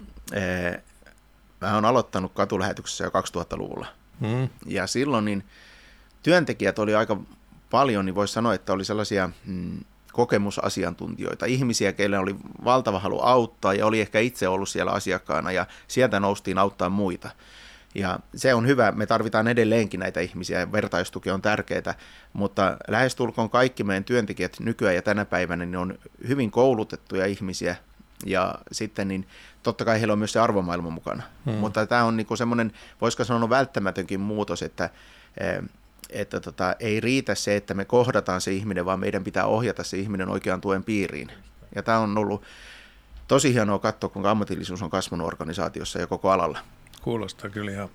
ää, mä oon aloittanut katulähetyksessä jo kaksituhattaluvulla. Mm. Ja silloin niin työntekijät oli aika paljon, niin voisi sanoa, että oli sellaisia Mm, kokemusasiantuntijoita, ihmisiä, keillä oli valtava halu auttaa ja oli ehkä itse ollut siellä asiakkaana ja sieltä noustiin auttaa muita. Ja se on hyvä, me tarvitaan edelleenkin näitä ihmisiä ja vertaistuki on tärkeää, mutta lähestulkoon kaikki meidän työntekijät nykyään ja tänä päivänä niin on hyvin koulutettuja ihmisiä ja sitten niin totta kai heillä on myös se arvomaailma mukana. Hmm. Mutta tämä on niin semmoinen, voisiko sanoa välttämätönkin muutos, että että tota, ei riitä se, että me kohdataan se ihminen, vaan meidän pitää ohjata se ihminen oikean tuen piiriin. Ja tämä on ollut tosi hienoa katsoa, kuinka ammatillisuus on kasvanut organisaatiossa ja koko alalla. Kuulostaa kyllä ihan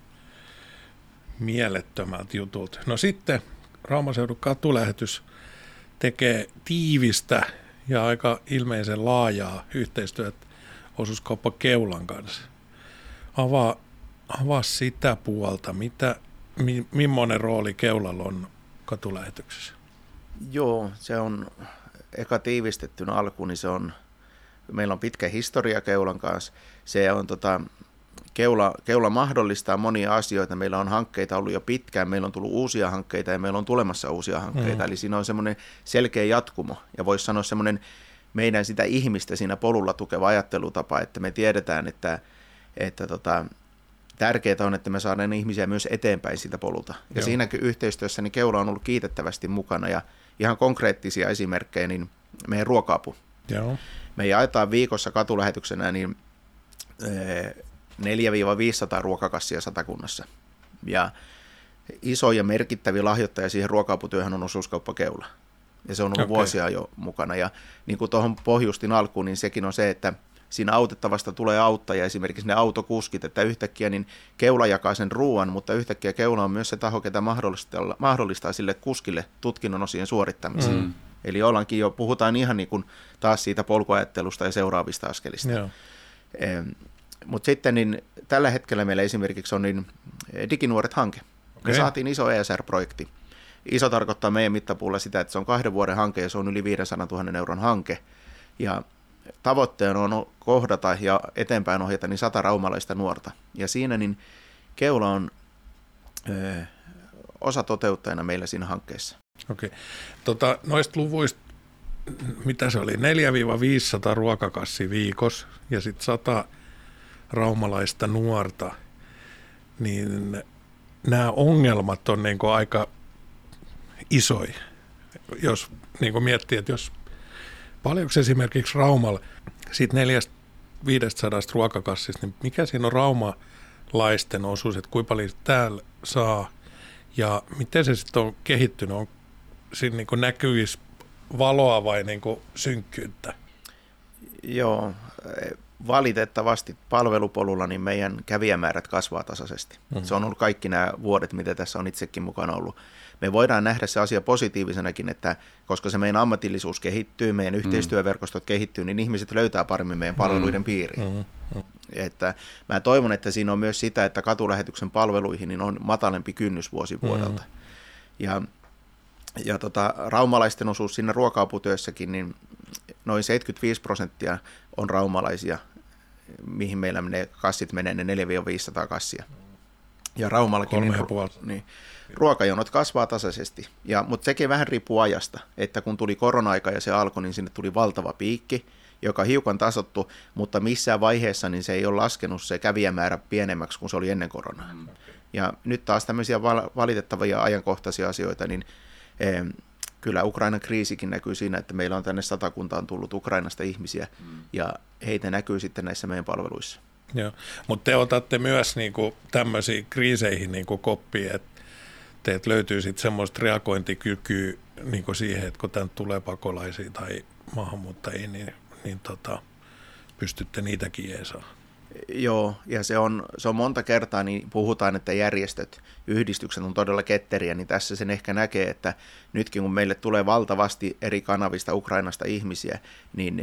mielettömältä jutulta. No sitten Rauman seudun katulähetys tekee tiivistä ja aika ilmeisen laajaa yhteistyötä Osuuskauppa Keulan kanssa. Avaa avaa sitä puolta. Mitä, mi, millainen rooli Keulalla on katulähetyksessä? Joo, se on eka tiivistettynä alkuun, niin se on, meillä on pitkä historia Keulan kanssa. Se on tota, Keula, Keula mahdollistaa monia asioita. Meillä on hankkeita ollut jo pitkään, meillä on tullut uusia hankkeita ja meillä on tulemassa uusia hankkeita. Mm. Eli siinä on semmoinen selkeä jatkumo ja voisi sanoa semmoinen meidän sitä ihmistä siinä polulla tukeva ajattelutapa, että me tiedetään, että, että tota, tärkeää on, että me saadaan ihmisiä myös eteenpäin sitä polulta. Ja Joo. siinä yhteistyössä niin Keula on ollut kiitettävästi mukana ja ihan konkreettisia esimerkkejä, niin meidän ruoka-apu. Joo. Me jaetaan viikossa katulähetyksenä niin neljä viisisataa ruokakassia Satakunnassa. Ja iso ja merkittäviä lahjoittaja siihen ruoka-aputyöhön on Osuuskauppa Keula. Ja se on ollut okay. vuosia jo mukana. Ja niin kuin tuohon pohjustin alkuun, niin sekin on se, että siinä autettavasta tulee auttaja, esimerkiksi ne autokuskit, että yhtäkkiä niin Keula jakaa sen ruoan, mutta yhtäkkiä Keula on myös se taho, ketä mahdollistaa, mahdollistaa sille kuskille tutkinnon osien suorittamisen. Mm. Eli ollaankin jo, puhutaan ihan niin kuin taas siitä polkuajattelusta ja seuraavista askelista. Joo. Eh, mutta sitten niin, tällä hetkellä meillä esimerkiksi on niin Diginuoret-hanke. Me okay. saatiin iso E S R-projekti. Iso tarkoittaa meidän mittapuulla sitä, että se on kahden vuoden hanke ja se on yli viisisataa tuhatta euron hanke. Ja tavoitteena on kohdata ja eteenpäin ohjata niin sata raumalaista nuorta. Ja siinä niin Keula on ö, osa toteuttajana meillä siinä hankkeessa. Okei. Tota, noista luvuista, mitä se oli, neljä viisisataa ruokakassia viikossa ja sitten sata raumalaista nuorta, niin nämä ongelmat on niinku aika isoja. Jos niinku miettii, että jos paljonko esimerkiksi Raumalla siitä neljästä viidestäsadasta ruokakassista, niin mikä siinä on raumalaisten osuus, että kuinka paljon täällä saa ja miten se sitten on kehittynyt? On siinä niin näkyvissä valoa vai niin synkkyyttä? Joo, valitettavasti palvelupolulla niin meidän kävijämäärät kasvaa tasaisesti. Mm-hmm. Se on ollut kaikki nämä vuodet, mitä tässä on itsekin mukana ollut. Me voidaan nähdä se asia positiivisenakin, että koska se meidän ammatillisuus kehittyy, meidän mm. yhteistyöverkostot kehittyy, niin ihmiset löytää paremmin meidän palveluiden piiriin. Mm. Mm. Että mä toivon, että siinä on myös sitä, että katulähetyksen palveluihin niin on matalempi kynnys vuosi vuodelta. Mm. Ja, ja tota, raumalaisten osuus siinä ruoka-aputyössäkin, niin noin seitsemänkymmentäviisi prosenttia on raumalaisia, mihin meillä ne kassit menee, ne neljä viisisataa kassia. Ja Raumallakin niin, niin, ruokajonot kasvaa tasaisesti, ja, mutta sekin vähän riippuu ajasta, että kun tuli korona-aika ja se alkoi, niin sinne tuli valtava piikki, joka hiukan tasottu, mutta missään vaiheessa niin se ei ole laskenut se kävijämäärä pienemmäksi kuin se oli ennen koronaa. Mm. Ja nyt taas tämmöisiä valitettavia ajankohtaisia asioita, niin eh, kyllä Ukrainan kriisikin näkyy siinä, että meillä on tänne Satakuntaan tullut Ukrainasta ihmisiä, mm. ja heitä näkyy sitten näissä meidän palveluissa. Joo, mutta te otatte myös niinku tämmöisiin kriiseihin niinku koppia, että teiltä löytyy sitten semmoista reagointikykyä niinku siihen, että kun tänne tulee pakolaisia tai maahanmuuttajia, niin, niin tota, pystytte niitäkin jeesaa. Joo, ja se on, se on monta kertaa, niin puhutaan, että järjestöt, yhdistykset on todella ketteriä, niin tässä sen ehkä näkee, että nytkin kun meille tulee valtavasti eri kanavista Ukrainasta ihmisiä, niin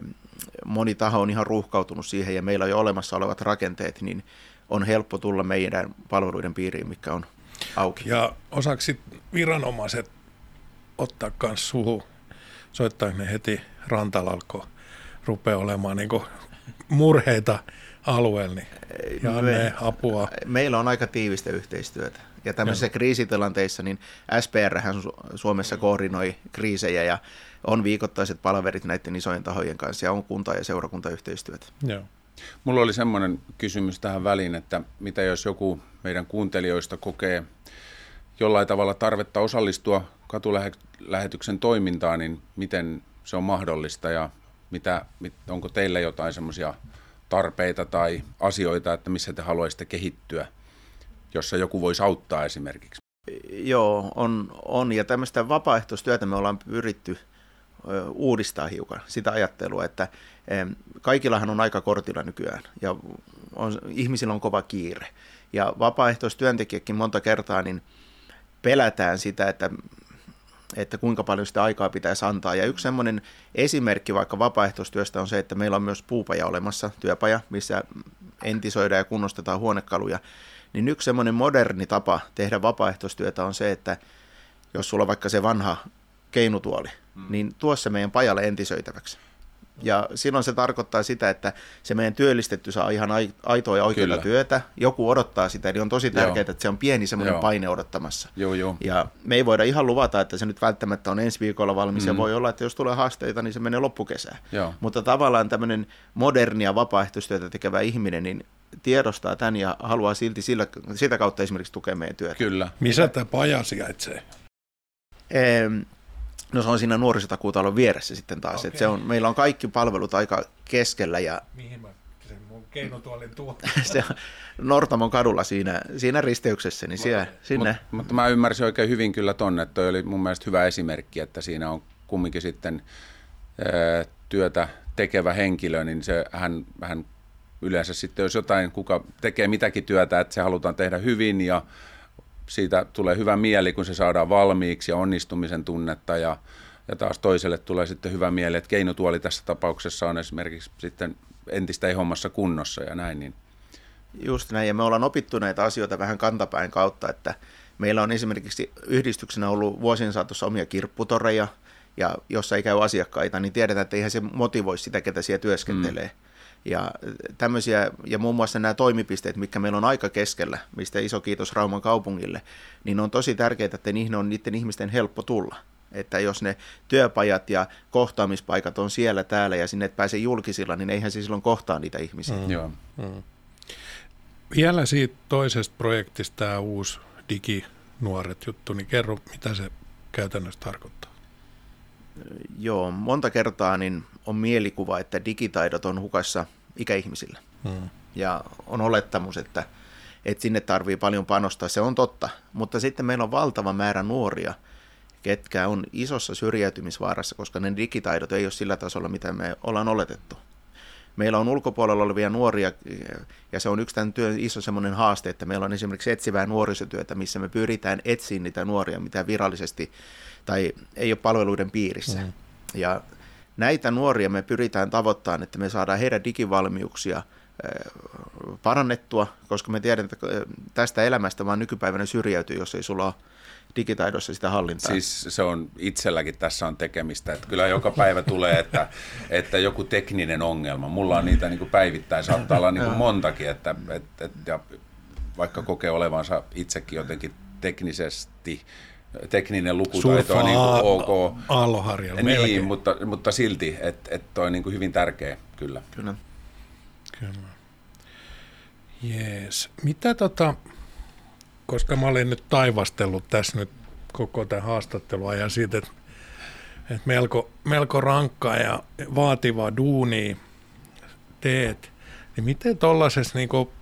moni taho on ihan ruuhkautunut siihen, ja meillä on jo olemassa olevat rakenteet, niin on helppo tulla meidän palveluiden piiriin, mikä on auki. Ja osaako sitten viranomaiset ottaa myös suhu, soittaa ne heti Rantalalla, kun rupeaa olemaan niin kuin murheita alueella, niin ja me, apua. Meillä on aika tiivistä yhteistyötä. Ja tämmöisissä Joo. kriisitilanteissa, niin S P R:hän Suomessa koordinoi kriisejä ja on viikoittaiset palaverit näiden isojen tahojen kanssa ja on kunta- ja seurakuntayhteistyötä. Joo. Mulla oli semmoinen kysymys tähän väliin, että mitä jos joku meidän kuuntelijoista kokee jollain tavalla tarvetta osallistua katulähetyksen toimintaan, niin miten se on mahdollista ja mitä, onko teillä jotain semmoisia tarpeita tai asioita, että missä te haluaisitte kehittyä, jossa joku voisi auttaa esimerkiksi? Joo, on, on. Ja tämmöistä vapaaehtoistyötä me ollaan pyritty uudistaa hiukan sitä ajattelua, että kaikillahan on aika kortilla nykyään ja on, ihmisillä on kova kiire. Ja vapaaehtoistyöntekijäkin monta kertaa niin pelätään sitä, että että kuinka paljon sitä aikaa pitäisi antaa. Ja yksi semmoinen esimerkki vaikka vapaaehtoistyöstä on se, että meillä on myös puupaja olemassa, työpaja, missä entisöidään ja kunnostetaan huonekaluja, niin yksi semmoinen moderni tapa tehdä vapaaehtoistyötä on se, että jos sulla on vaikka se vanha keinutuoli, mm. niin tuo se meidän pajalle entisöitäväksi. Ja silloin se tarkoittaa sitä, että se meidän työllistetty saa ihan aitoa ja oikeaa Kyllä. työtä. Joku odottaa sitä, eli on tosi tärkeää, joo. että se on pieni semmoinen joo. paine odottamassa. Joo, joo. Ja me ei voida ihan luvata, että se nyt välttämättä on ensi viikolla valmis, mm. ja voi olla, että jos tulee haasteita, niin se menee loppukesään. Joo. Mutta tavallaan tämmöinen modernia vapaaehtoistyötä tekevä ihminen, niin tiedostaa tämän ja haluaa silti sillä, sitä kautta esimerkiksi tukea meidän työtä. Kyllä. Missä tämä paja sijaitsee? Ehm, No se on siinä nuorisotakuutalon vieressä sitten taas. Okay. Se on, meillä on kaikki palvelut aika keskellä. Ja mihin mä sen mun keinotuolin tuon? Se on Nortamon kadulla siinä, siinä risteyksessä. Niin siellä, sinne. Mut, mutta mä ymmärsin oikein hyvin kyllä tonne, että toi oli mun mielestä hyvä esimerkki, että siinä on kumminkin sitten ää, työtä tekevä henkilö, niin se, hän, hän yleensä sitten, jos jotain, kuka tekee mitäkin työtä, että se halutaan tehdä hyvin ja siitä tulee hyvä mieli, kun se saadaan valmiiksi ja onnistumisen tunnetta ja, ja taas toiselle tulee sitten hyvä mieli, että keinotuoli tässä tapauksessa on esimerkiksi sitten entistä hommassa kunnossa ja näin. Niin. Just näin, ja me ollaan opittu näitä asioita vähän kantapäin kautta, että meillä on esimerkiksi yhdistyksenä ollut vuosien saatossa omia kirpputoreja, ja jos ei käy asiakkaita, niin tiedetään, että eihän se motivoi sitä, ketä siellä työskentelee. Mm. Ja tämmöisiä, ja muun muassa nämä toimipisteet, mitkä meillä on aika keskellä, mistä iso kiitos Rauman kaupungille, niin on tosi tärkeää, että niihin on niiden ihmisten helppo tulla. Että jos ne työpajat ja kohtaamispaikat on siellä täällä ja sinne et pääse julkisilla, niin eihän se silloin kohtaa niitä ihmisiä. Mm. Joo. Mm. Vielä siitä toisesta projektista tämä uusi diginuoret juttu, niin kerro, mitä se käytännössä tarkoittaa. Joo, monta kertaa niin on mielikuva, että digitaidot on hukassa ikäihmisillä. Hmm. Ja on olettamus, että, että sinne tarvii paljon panostaa. Se on totta, mutta sitten meillä on valtava määrä nuoria, ketkä on isossa syrjäytymisvaarassa, koska ne digitaidot ei ole sillä tasolla, mitä me ollaan oletettu. Meillä on ulkopuolella olevia nuoria, ja se on yksi tämän työn iso semmoinen haaste, että meillä on esimerkiksi etsivää nuorisotyötä, missä me pyritään etsiä niitä nuoria, mitä virallisesti tai ei ole palveluiden piirissä. Mm. Ja näitä nuoria me pyritään tavoittamaan, että me saadaan heidän digivalmiuksia parannettua, koska me tiedetään, että tästä elämästä vaan nykypäivänä syrjäytyy, jos ei sulla ole digitaidossa sitä hallintaa. Siis se on itselläkin tässä on tekemistä, että kyllä joka päivä tulee, että, että joku tekninen ongelma. Mulla on niitä niin kuin päivittäin, saattaa olla niin kuin montakin, että, että, että ja vaikka kokee olevansa itsekin jotenkin teknisesti, tekninen lukutaito on niin kuin ok. Aalloharjalla niin, mutta, mutta silti, että, että on niin kuin hyvin tärkeä, kyllä. Kyllä. Kyllä. Jees. Mitä tota, koska mä olin nyt taivastellut tässä nyt koko tämän haastattelun ajan siitä, että, että melko, melko rankkaa ja vaativaa duunia teet, niin miten tollaisessa niin kuin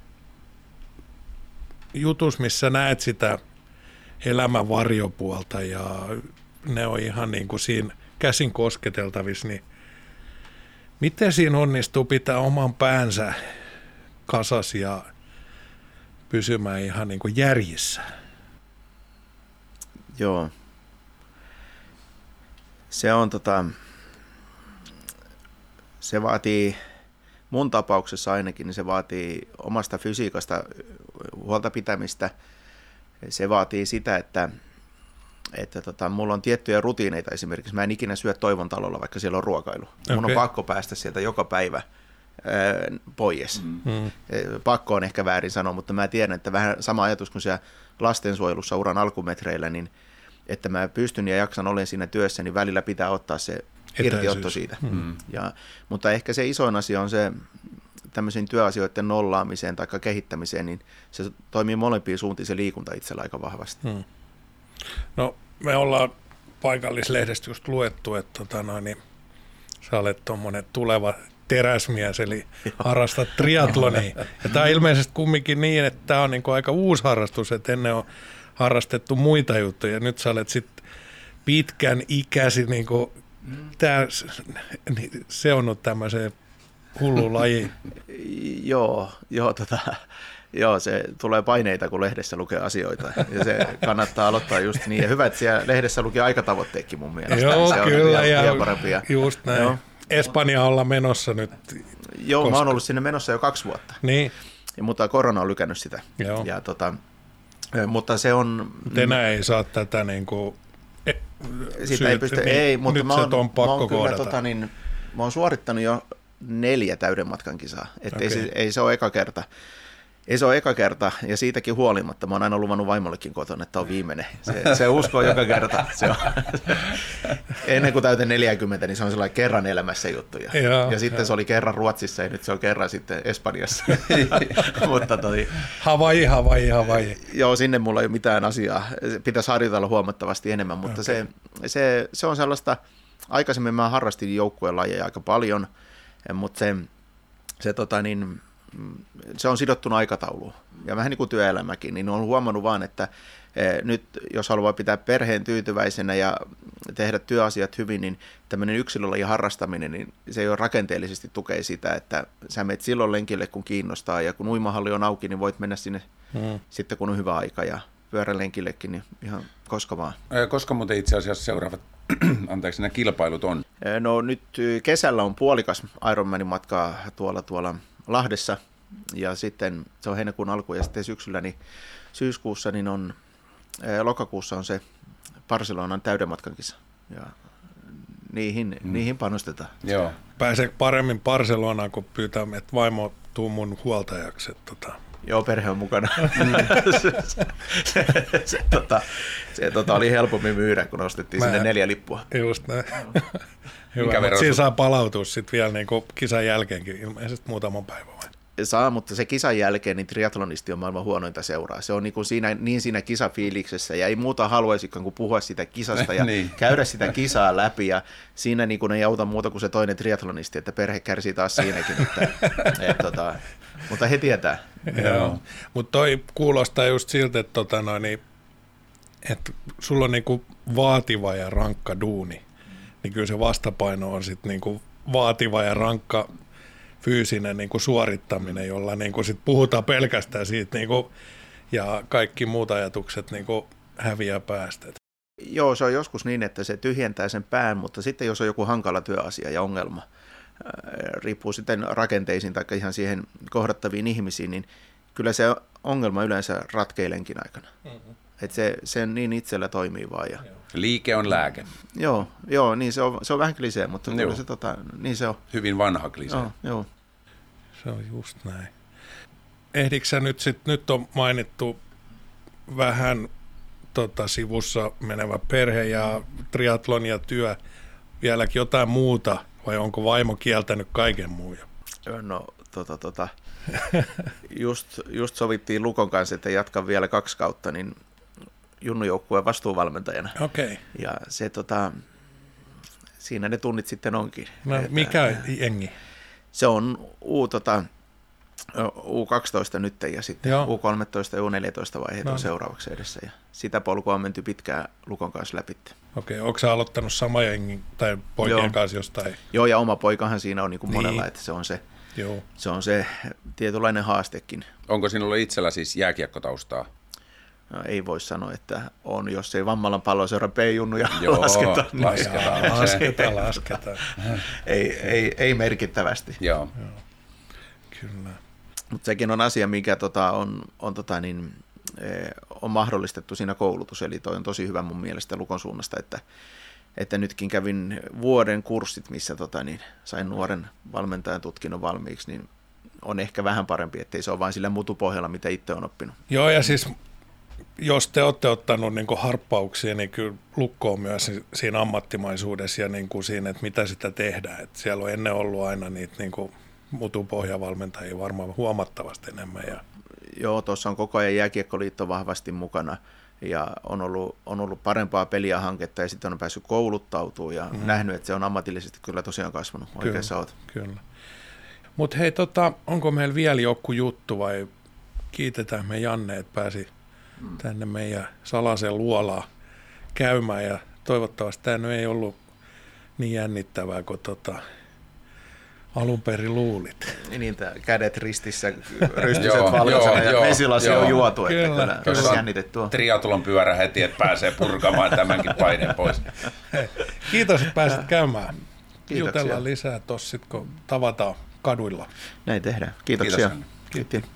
jutus, missä näet sitä elämän varjopuolta ja ne on ihan niin kuin siinä käsin kosketeltavissa, niin miten siinä onnistuu pitää oman päänsä kasas ja pysymään ihan niin kuin järjissä? Joo. Se on tota, se vaatii, mun tapauksessa ainakin, niin se vaatii omasta fysiikasta huolta pitämistä. Se vaatii sitä, että, että tota, mulla on tiettyjä rutiineita esimerkiksi. Mä en ikinä syö Toivon talolla, vaikka siellä on ruokailu. Okay. Mun on pakko päästä sieltä joka päivä pois. Mm. Pakko on ehkä väärin sanoa, mutta mä tiedän, että vähän sama ajatus kuin siellä lastensuojelussa uran alkumetreillä, niin että mä pystyn ja jaksan olen siinä työssä, niin välillä pitää ottaa se irtiotto siitä. Mm. Ja, mutta ehkä se isoin asia on se tämmöisiin työasioiden nollaamiseen tai kehittämiseen, niin se toimii molempiin suuntiin se liikunta itsellä aika vahvasti. Mm. No me ollaan paikallislehdestä just luettu, että tota noin, niin sä olet tuommoinen tuleva teräsmies, eli harrastat triatlonia. Ja tämä on ilmeisesti kumminkin niin, että tämä on niinku aika uusi harrastus, että ennen on harrastettu muita juttuja. Nyt sä olet sitten pitkän ikäsi, niinku, tää, se on nyt tämmöisen hullu laji. joo, joo, tota, joo, se tulee paineita, kun lehdessä lukee asioita. Ja se kannattaa aloittaa just niin. Ja hyvä, että siellä lehdessä lukee aikatavoitteetkin mun mielestä. Joo, se kyllä. On ja vielä parempia. just näin. Joo. Espanja ollaan menossa nyt Joo, koska... mä oon ollut sinne menossa jo kaksi vuotta. Niin. Ja, mutta korona on lykännyt sitä. Joo. Ja, tota, mutta se on... Enää ei saa tätä niin kuin... Sitä ei pysty, niin, ei, mutta nyt mä oon, se on pakko mä oon kyllä, kohdata. tota, niin, mä oon suorittanut jo neljä täyden matkan kisaa. Että okay. ei, se, ei se ole eka kerta. Ei se ole eka kerta, ja siitäkin huolimatta. Mä oon aina luvannut vaimollekin kotona, että on viimeinen. Se, se uskoo joka kerta. Se on, ennen kuin täytän neljäkymmentä, niin se on sellainen kerran elämässä juttu. Ja, ja, ja sitten ja. se oli kerran Ruotsissa, ja nyt se on kerran sitten Espanjassa. Mutta toi, Hawaii, Hawaii, Hawaii. Joo, sinne mulla ei ole mitään asiaa. Pitäisi harjoitella huomattavasti enemmän, mutta okay. se, se, se on sellaista, aikaisemmin mä harrastin joukkueen lajeja aika paljon, mutta se, se tota niin... se on sidottuna aikatauluun. Ja vähän niin kuin työelämäkin, niin on huomannut vaan, että nyt jos haluaa pitää perheen tyytyväisenä ja tehdä työasiat hyvin, niin tämmöinen yksilölajin harrastaminen, niin se ei ole rakenteellisesti tukea sitä, että sä menet silloin lenkille, kun kiinnostaa, ja kun uimahalli on auki, niin voit mennä sinne mm. sitten, kun on hyvä aika, ja pyörälenkillekin, niin ihan koska vaan. Koska muuten itse asiassa seuraavat anteeksi, nämä kilpailut on? No nyt kesällä on puolikas Ironmanin matkaa tuolla tuolla Lahdessa, ja sitten se on heinäkuun alku, ja sitten syksyllä, niin syyskuussa, niin on, lokakuussa on se Barcelonan täydenmatkan kisa, ja niihin, mm. niihin panostetaan. Joo. Pääsee paremmin Barcelonaan, kun pyytää, että vaimo tuu mun huoltajaksi. Tota. Joo, perhe on mukana. se se, se, se, tota, se tota, oli helpommin myydä, kun ostettiin Mä, sinne neljä lippua. Just näin. Hyvä, mutta siinä saa palautua sitten vielä niin kuin kisan jälkeenkin, ilmeisesti muutaman päivän. Saa, mutta se kisan jälkeen niin triatlonisti on maailman huonointa seuraa. Se on niin, kuin siinä, niin siinä kisafiiliksessä ja ei muuta haluaisikaan kuin puhua sitä kisasta ja niin. käydä sitä kisaa läpi. Ja siinä niin kuin ei auta muuta kuin se toinen triatlonisti, että perhe kärsii taas siinäkin. Että, et, tota, mutta he tietää. Joo, mutta toi kuulostaa just siltä, että, tota, no, niin, että sulla on niin kuin vaativa ja rankka duuni. Niin kyllä se vastapaino on sitten niin kuin vaativa ja rankka fyysinen niin kuin suorittaminen, jolla niin kuin sit puhutaan pelkästään siitä niin kuin, ja kaikki muut ajatukset niin kuin häviää päästä. Joo, se on joskus niin, että se tyhjentää sen pään, mutta sitten jos on joku hankala työasia ja ongelma, riippuu sitten rakenteisiin tai ihan siihen kohdattaviin ihmisiin, niin kyllä se ongelma yleensä ratkeilenkin aikana. Mm-hmm. Että se, se niin itsellä toimii vaan. Ja... Liike on lääke. Joo, joo niin se on, se on vähän klisee, mutta kyllä se, tota, niin se on. Hyvin vanha klisee. Joo, joo. Se on just näin. Ehdikö sä nyt sit, nyt on mainittu vähän tota, sivussa menevä perhe ja triatlon ja työ, vieläkin jotain muuta, vai onko vaimo kieltänyt kaiken muun? No, tota, tota. Just, just sovittiin Lukon kanssa, että jatkan vielä kaksi kautta, niin junnujoukkueen vastuuvalmentajana. Okei. Okay. Ja se tota, siinä ne tunnit sitten onkin. No, että, mikä jengi? Se on U, tota, U kaksitoista nyt ja sitten Joo. U kolmetoista ja U neljätoista vaiheet no. on seuraavaksi edessä. Ja sitä polkua on menty pitkään Lukon kanssa läpi. Okei, okay. Onko sä aloittanut sama jengi tai poikien Joo. kanssa jostain? Joo, ja oma poikahan siinä on niin kuin niin. monella, että se on se, Joo. se on se tietynlainen haastekin. Onko sinulla itsellä siis jääkiekkotaustaa? No, ei voi sanoa, että on, jos ei Vammalan palloseuran B-junnuja Joo, lasketa. Niin lasketaan. lasketaan, lasketaan. ei, ei, ei merkittävästi. Joo. Joo. Kyllä. Mutta sekin on asia, mikä tota, on, on, tota, niin, on mahdollistettu siinä koulutus, eli toi on tosi hyvä mun mielestä Lukon suunnasta, että, että nytkin kävin vuoden kurssit, missä tota, niin, sain nuoren valmentajan tutkinnon valmiiksi, niin on ehkä vähän parempi, ettei se ole vain sillä mutupohjalla, mitä itse on oppinut. Joo, ja siis jos te olette ottanut niin kuin harppauksia, niin kyllä Lukko on myös siinä ammattimaisuudessa ja niin kuin siinä, että mitä sitä tehdään. Että siellä on ennen ollut aina niitä niin kuin mutupohjavalmentajia varmaan huomattavasti enemmän. Ja... Joo, tuossa on koko ajan Jääkiekkoliitto vahvasti mukana ja on ollut, on ollut parempaa peliä hanketta ja sitten on päässyt kouluttautumaan ja mm. nähnyt, että se on ammatillisesti kyllä tosiaan kasvanut. Oikeassa olet. Kyllä. Mutta hei, tota, onko meillä vielä joku juttu vai kiitetään me Janne, että pääsi mm. tänne meidän salaisen luolaan käymään ja toivottavasti tämä ei ollut niin jännittävää kuin tota, alun perin luulit. Niin, kädet ristissä, rystyset valkoisena ja vesilasi on juotu, kyllä, että kyllä, kyllä jännitetty on. Triathlon pyörä heti, että pääsee purkamaan tämänkin paineen pois. Hei, kiitos, että pääsit käymään. Kiitoksia. Jutellaan lisää tuossa sitten, kun tavataan kaduilla. Näin tehdään. Kiitoksia. Kiitos. Kiitos.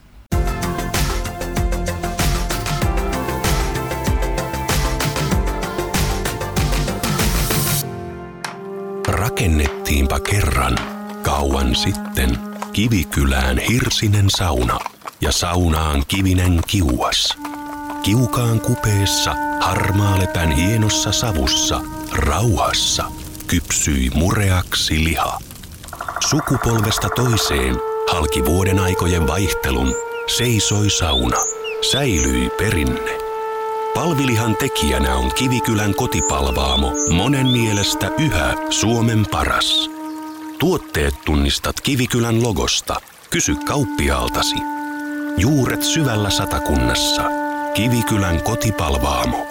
Rakennettiinpa kerran, kauan sitten, Kivikylään hirsinen sauna ja saunaan kivinen kiuas. Kiukaan kupeessa, harmaalepän hienossa savussa, rauhassa, kypsyi mureaksi liha. Sukupolvesta toiseen, halki vuoden aikojen vaihtelun, seisoi sauna, säilyi perinne. Palvilihan tekijänä on Kivikylän kotipalvaamo, monen mielestä yhä Suomen paras. Tuotteet tunnistat Kivikylän logosta. Kysy kauppiaaltasi. Juuret syvällä Satakunnassa. Kivikylän kotipalvaamo.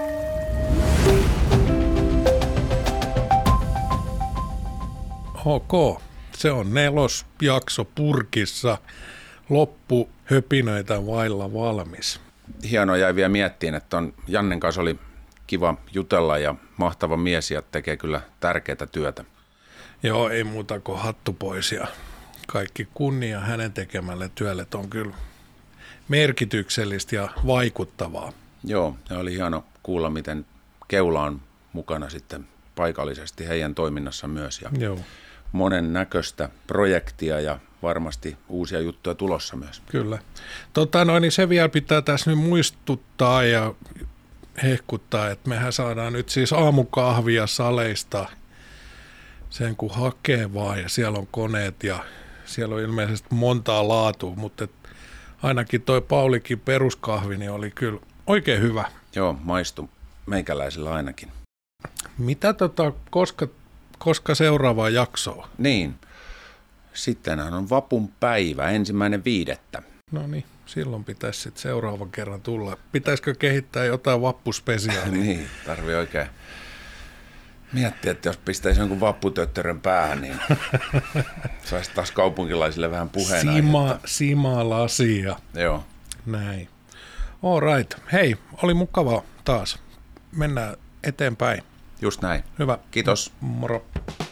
Ok, se on nelosjakso purkissa. Loppu höpinöitä vailla valmis. Hienoa, jäi vielä miettiin, että on, Jannen kanssa oli kiva jutella ja mahtava mies ja tekee kyllä tärkeää työtä. Joo, ei muuta kuin hattu pois ja kaikki kunnia hänen tekemälle työlle. On kyllä merkityksellistä ja vaikuttavaa. Joo, ja oli hieno kuulla, miten Keula on mukana sitten paikallisesti heidän toiminnassa myös. Ja Joo. monen näköistä projektia ja varmasti uusia juttuja tulossa myös. Kyllä. Tota, no, niin se vielä pitää tässä nyt muistuttaa ja hehkuttaa, että mehän saadaan nyt siis aamukahvia saleista sen kun hakee vaan ja siellä on koneet ja siellä on ilmeisesti montaa laatua, mutta et ainakin toi Paulikin peruskahvi niin oli kyllä oikein hyvä. Joo, maistu meikäläisillä ainakin. Mitä tota, koska, koska seuraavaa jaksoa? Niin, sittenhän on vapun päivä, ensimmäinen viidettä. No niin, silloin pitäisi sitten seuraavan kerran tulla. Pitäisikö kehittää jotain vappuspesiaalia? Niin, tarvii oikein miettiä, että jos pistäisi jonkun vapputöttörön päähän, niin saisi taas kaupunkilaisille vähän puheena. Sima, sima lasia. Joo. Näin. All right. Hei, oli mukavaa taas. Mennään eteenpäin. Just näin. Hyvä. Kiitos. Moro.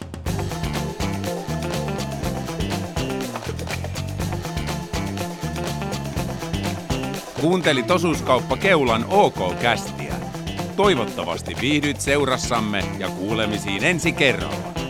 Kuuntelit Osuuskauppa Keulan OK-kästiä. Toivottavasti viihdyt seurassamme ja kuulemisiin ensi kerralla.